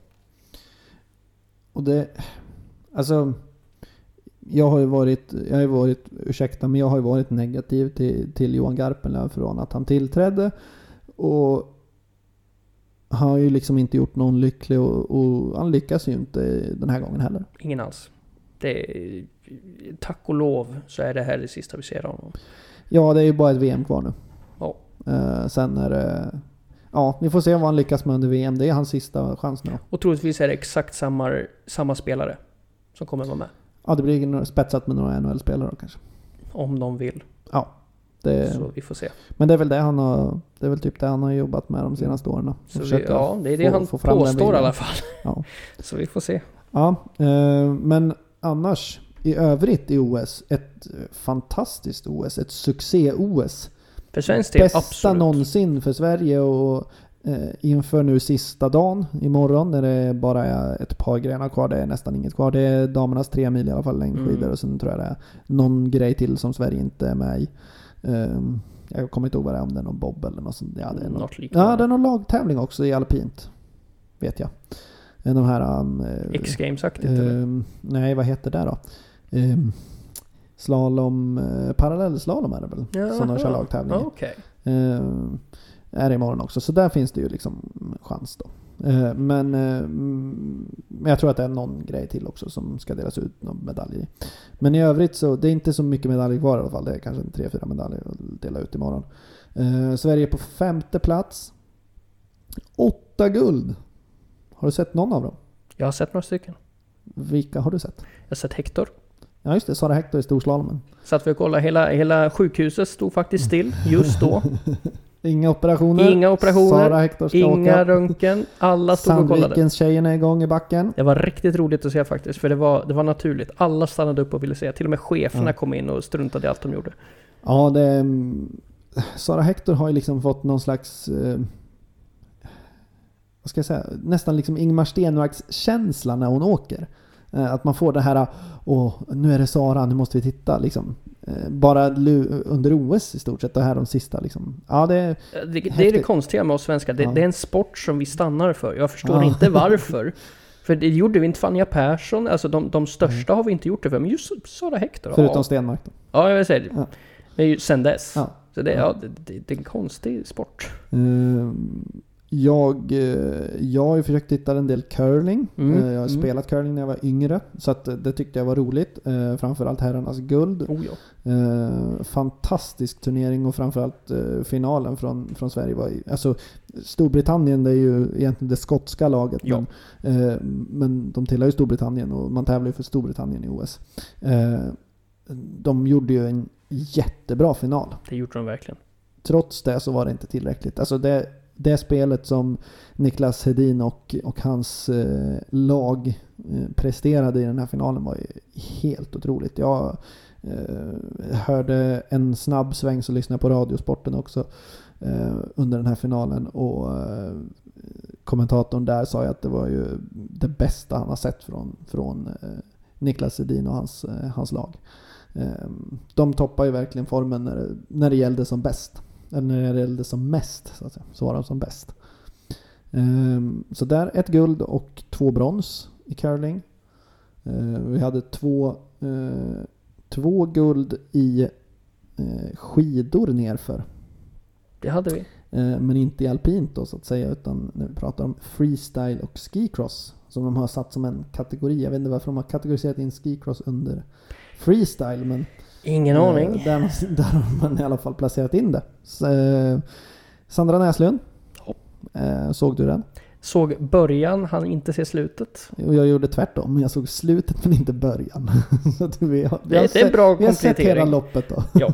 Och det, alltså, jag har ju varit, jag har ju varit, ursäkta, men jag har ju varit negativ till, till Johan Garpenlöv från att han tillträdde, och har ju liksom inte gjort någon lycklig, och, och han lyckas ju inte den här gången heller. Ingen alls. Det är, tack och lov så är det här det sista vi ser av honom. Ja, det är ju bara ett V M kvar nu. Ja. Eh, sen är det, ja, vi får se vad han lyckas med under V M. Det är hans sista chans nu. Och troligtvis är det exakt samma, samma spelare som kommer vara med. Ja, det blir några- spetsat med några N H L-spelare då kanske. Om de vill. Ja, det, Så vi får se. men det är väl det han har, det är väl typ det han har jobbat med de senaste åren. Så vi, Försöka ja, det är det få- han få fram den påstår i viljan. alla fall. Ja. Så vi får se. Ja, eh, men annars i övrigt i O S, ett eh, fantastiskt O S, ett succé-O S. För svensk del, Bästa absolut. någonsin för Sverige, och eh, inför nu sista dagen imorgon när det bara är ett par grenar kvar, det är nästan inget kvar. Det är damernas tre mil i alla fall, längdskidor, Mm. och sen tror jag det är någon grej till som Sverige inte är med i. Eh, jag kommer inte ihåg vad det är, om det är någon bob eller något sånt. Ja, det är något. Något liknande. Ja, det är någon lagtävling också i alpint, vet jag. Eh, De här um, X-Games-aktigt eller? Um, nej, vad heter det då? Um, slalom, uh, parallellslalom är det väl? Jaha. Som de kör lagtävling i. Okej. Um, är det imorgon också. Så där finns det ju liksom chans då. Uh, men uh, mm, jag tror att det är någon grej till också som ska delas ut någon medaljer i. Men i övrigt så det är inte så mycket medaljer kvar i alla fall. Det är kanske en tre, fyra medaljer att dela ut imorgon. Uh, Sverige på femte plats. Åtta guld. Har du sett någon av dem? Jag har sett några stycken. Vilka har du sett? Jag har sett Hector. Ja just det, Sara Hector i storslalomen. Så att vi kollar, hela, hela sjukhuset stod faktiskt still just då. Inga operationer. Inga operationer. Sara Hector ska Inga åka. röntgen. Alla stod och kollade. Sandvikens tjejerna är igång i backen. Det var riktigt roligt att se faktiskt. För det var, det var naturligt. Alla stannade upp och ville se. Till och med cheferna Ja. kom in och struntade i allt de gjorde. Ja, det... Sara Hector har ju liksom fått någon slags... Eh, vad ska jag säga? Nästan liksom Ingmar Stenmarks känsla när hon åker. Eh, att man får det här... Åh, nu är det Sara, nu måste vi titta. Liksom. Eh, bara lu- under O S i stort sett. Det här de sista. Liksom. Ja, det är Det, det är det konstiga med oss svenskar. Det, Ja. det är en sport som vi stannar för. Jag förstår Ja. inte varför. För det gjorde vi inte. Fania Persson. Alltså de, de största har vi inte gjort det för. Men just Sara Hector. förutom ja. Stenmark då. Ja, jag vill säga det. Ja. Men ju sen dess. Ja. Så det, ja, det, det, det är en konstig sport. Eh, jag, eh, jag har ju försökt titta en del curling. Mm, Eh, jag har mm. spelat curling när jag var yngre. Så att det tyckte jag var roligt. Eh, framförallt herrarnas guld. Oh ja. Eh, fantastisk turnering och framförallt eh, finalen från, från Sverige var ju, alltså Storbritannien, det är ju egentligen det skotska laget, Ja. men, eh, men de tillhör ju Storbritannien och man tävlar ju för Storbritannien i O S. Eh, de gjorde ju en jättebra final. Det gjorde de verkligen. Trots det så var det inte tillräckligt. Alltså det, det spelet som Niklas Hedin och, och hans eh, lag eh, presterade i den här finalen var ju helt otroligt. Jag eh, hörde en snabb sväng så lyssnade jag på Radiosporten också eh, under den här finalen och eh, kommentatorn där sa ju att det var ju det bästa han har sett från, från eh, Niklas Hedin och hans, eh, hans lag. Eh, de toppar ju verkligen formen när det, när det gällde som bäst. Eller när det gällde som mest, så att säga. Så var de som bäst. Um, så där ett guld och två brons i curling. Uh, vi hade två, uh, två guld i uh, skidor nerför. Det hade vi. Uh, men inte i alpint då, så att säga, utan när vi pratar om freestyle och skicross som de har satt som en kategori. Jag vet inte varför de har kategoriserat in skicross under freestyle, men Ingen aning. Uh, där, där har man i alla fall placerat in det. Så, uh, Sandra Näslund. Ja. Uh, såg du den? Såg början, han inte se slutet. Och jag gjorde tvärtom. Jag såg slutet men inte början. Så att vi har, vi Det, har det är en sett, bra vi har sett hela komplettering. loppet då. Ja.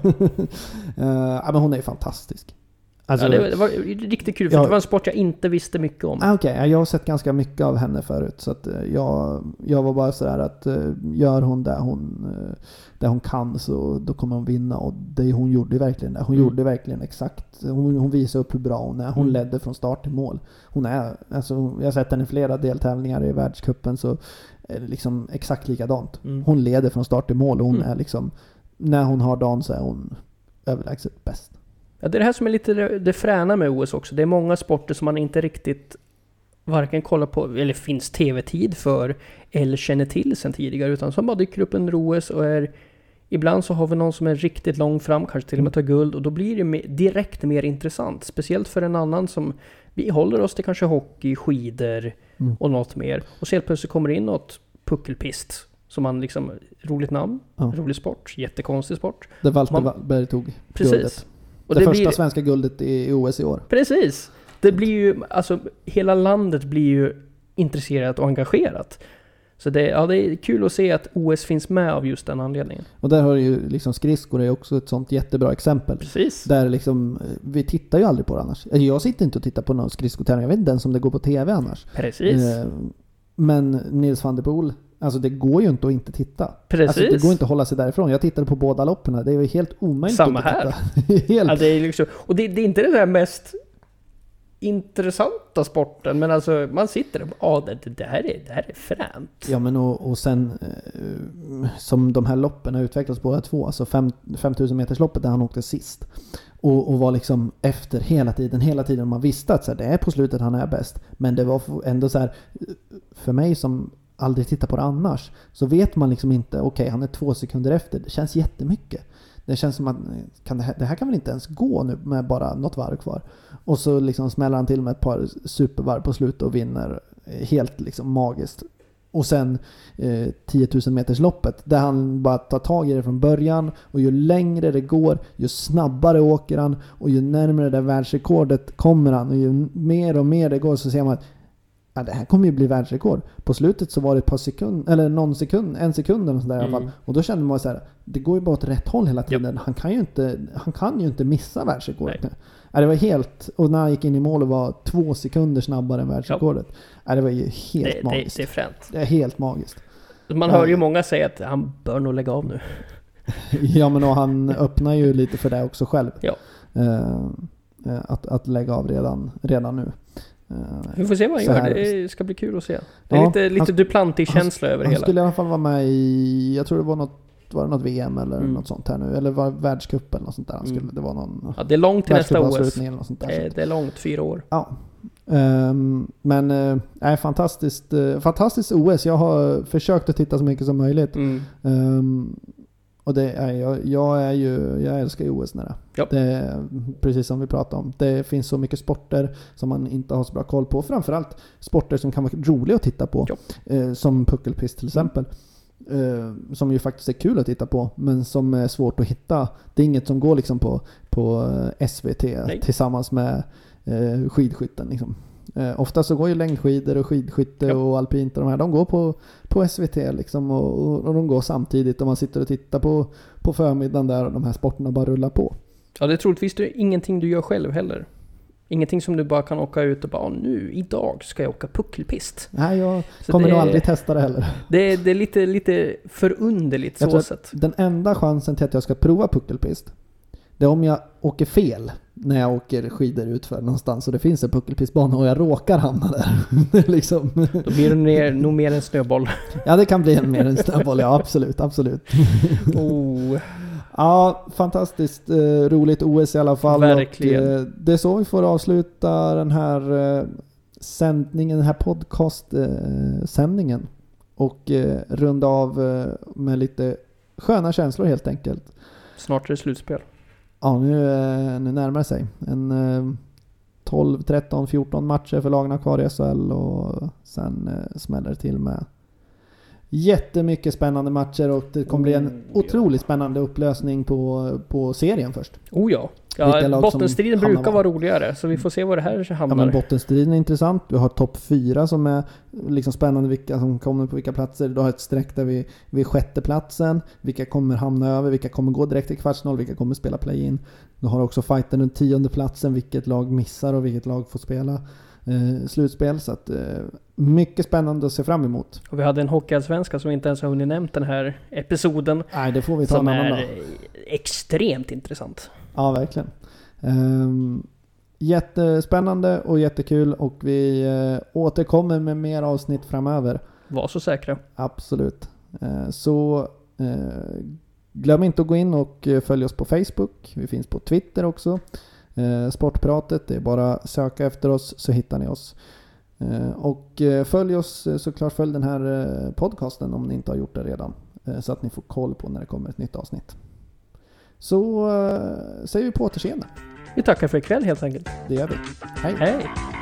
uh, ja, men hon är ju fantastisk. Alltså, Ja, det, var, det var riktigt kul, för Ja. det var en sport jag inte visste mycket om. ah, Okej, okay. Jag har sett ganska mycket av henne förut. Så att uh, jag, jag var bara sådär att uh, gör hon det hon, uh, det hon kan så då kommer hon vinna. Och det hon gjorde verkligen det. Hon Mm. gjorde verkligen exakt. Hon, hon visade upp hur bra hon är. Hon Mm. ledde från start till mål. Hon är, alltså, jag har sett henne i flera deltävlingar i världscupen så är det liksom exakt likadant. Mm. Hon leder från start till mål och hon Mm. är liksom, när hon har dagen så är hon överlägset bäst. Ja, det är det här som är lite det, det fräna med O S också. Det är många sporter som man inte riktigt varken kollar på, eller finns tv-tid för, eller känner till sedan tidigare, utan som bara dyker upp under O S och är... Ibland så har vi någon som är riktigt långt fram, kanske till och med tar guld, och då blir det mer, direkt mer intressant. Speciellt för en annan som... Vi håller oss till kanske hockey, skidor Mm. och något mer. Och så helt plötsligt kommer det in något puckelpist som man liksom... Roligt namn, Ja. rolig sport, jättekonstig sport. Där Walter Man- Wallberg tog Precis. guldet. Och det, det första blir, svenska guldet i, i O S i år. Precis! Det blir ju, alltså hela landet blir ju intresserat och engagerat. Så det, ja, det är kul att se att O S finns med av just den anledningen. Och där har ju liksom skridskor är också ett sånt jättebra exempel. Precis. Där liksom, vi tittar ju aldrig på det annars. Alltså, jag sitter inte och tittar på någon skridskotävling. Jag vet inte ens om det går på tv annars. Precis. Eh, men Nils van der Poel, alltså det går ju inte att inte titta. Precis. Alltså det går inte att hålla sig därifrån. Jag tittade på båda loppen. Det är ju helt omöjligt Samma att här. titta. helt. Ja, det är liksom, och det, det är inte den där mest intressanta sporten, men alltså man sitter och ja, det, det, här är, det här är fränt. Ja, men och, och sen eh, som de här loppen har utvecklats båda två, alltså fem tusen meters loppet där han åkte sist och, och var liksom efter hela tiden, hela tiden man visste att så här, det är på slutet han är bäst, men det var ändå så här, för mig som aldrig tittar på det annars, så vet man liksom inte, okej okay, han är två sekunder efter, det känns jättemycket. Det känns som att kan det, här, det här kan väl inte ens gå nu med bara något varv kvar. Och så liksom smäller han till med ett par supervarv på slutet och vinner helt liksom magiskt. Och sen eh, tio tusen meters loppet där han bara tar tag i det från början, och ju längre det går ju snabbare åker han, och ju närmare det världsrekordet kommer han, och ju mer och mer det går så ser man att ja, det här kommer ju bli världsrekord. På slutet så var det ett par sekunder, eller någon sekund, en sekund eller sådär mm. i alla fall. Och då kände man så här, det går ju bara åt rätt håll hela tiden. Yep. Han kan ju inte, han kan ju inte missa världsrekordet. Ja, det var helt, och när han gick in i mål och var två sekunder snabbare än världsrekordet. Yep. Ja, det var ju helt det, magiskt. Det, det är fränt. Det är helt magiskt. Man hör ju många säga att han bör nog lägga av nu. Ja, men och han öppnar ju lite för det också själv. Ja. Uh, att, att lägga av redan, redan nu. Uh, Vi får se vad han gör. Här. Det ska bli kul att se. Det är Ja, lite, lite Duplantis-känsla över han hela. Han skulle i alla fall vara med i, jag tror det var något, var det något V M eller mm. något sånt här nu. Eller var det världscup eller något sånt där. Han skulle, mm. det var någon ja, det är långt till nästa O S. Eller något sånt där, det, är, det är långt, fyra år. Ja. Um, men äh, är fantastiskt, uh, fantastiskt O S. Jag har försökt att titta så mycket som möjligt. Mm. Um, och det är, jag, jag är ju, jag älskar ju O S nära. Ja. Det är, precis som vi pratade om. Det finns så mycket sporter som man inte har så bra koll på. Framförallt sporter som kan vara roliga att titta på. Ja. Uh, som puckelpist till exempel. Uh, som ju faktiskt är kul att titta på, men som är svårt att hitta. Det är inget som går liksom på, på S V T Nej. tillsammans med uh, skidskytten liksom. Uh, ofta så går ju längdskidor och skidskytte ja. och alpint och de här, de går på, på S V T liksom, och, och, och de går samtidigt och man sitter och tittar på, på förmiddagen där och de här sporterna bara rullar på. Ja, det är troligtvis det är ingenting du gör själv heller. Ingenting som du bara kan åka ut och bara, nu, idag ska jag åka puckelpist. Nej, jag så kommer det, nog aldrig testa det heller. Det är, det är lite, lite förunderligt så sätt. Den enda chansen till att jag ska prova puckelpist, det är om jag åker fel när jag åker skidor ut för någonstans och det finns en puckelpistbana och jag råkar hamna där. Det är liksom... Då blir det mer, nog mer en snöboll. Ja, det kan bli en mer en snöboll, ja absolut, absolut. Oh. Ja, fantastiskt eh, roligt O S i alla fall. Verkligen. Och, eh, det är så vi får avsluta den här eh, sändningen, den här podcast-sändningen. Eh, och eh, runda av eh, med lite sköna känslor helt enkelt. Snart är det slutspel. Ja, nu, eh, nu närmar det sig. En eh, tolv, tretton, fjorton matcher för lagarna kvar i S H L och sen eh, smäller det till med jättemycket spännande matcher och det kommer bli en oh, otroligt ja. spännande upplösning på, på serien först. Oh ja. Ja, bottenstriden brukar vara roligare, så vi får se vad det här hamnar. Ja, men bottenstriden är intressant. Du har topp fyra som är liksom spännande, vilka som kommer på vilka platser. Du har ett streck där vi vid sjätte platsen, vilka kommer hamna över, vilka kommer gå direkt till kvartsfinal, vilka kommer spela play-in. Du har också fighten den tionde platsen, vilket lag missar och vilket lag får spela eh, slutspel. Så att eh, mycket spännande att se fram emot. Och vi hade en hockeyallsvenska som inte ens har hunnit nämnt den här episoden. Nej, det får vi ta som en annan är dag. Extremt intressant. Ja, verkligen. Um, jättespännande och jättekul och vi uh, återkommer med mer avsnitt framöver. Var så säkra. Absolut. Uh, så uh, glöm inte att gå in och uh, följa oss på Facebook. Vi finns på Twitter också. Uh, Sportpratet, det är bara att söka efter oss så hittar ni oss. Uh, och uh, följ oss uh, såklart, följ den här uh, podcasten om ni inte har gjort det redan. Uh, så att ni får koll på när det kommer ett nytt avsnitt. Så uh, säger vi på återseende. Vi tackar för ikväll helt enkelt. Det gör vi. Hej. Hej.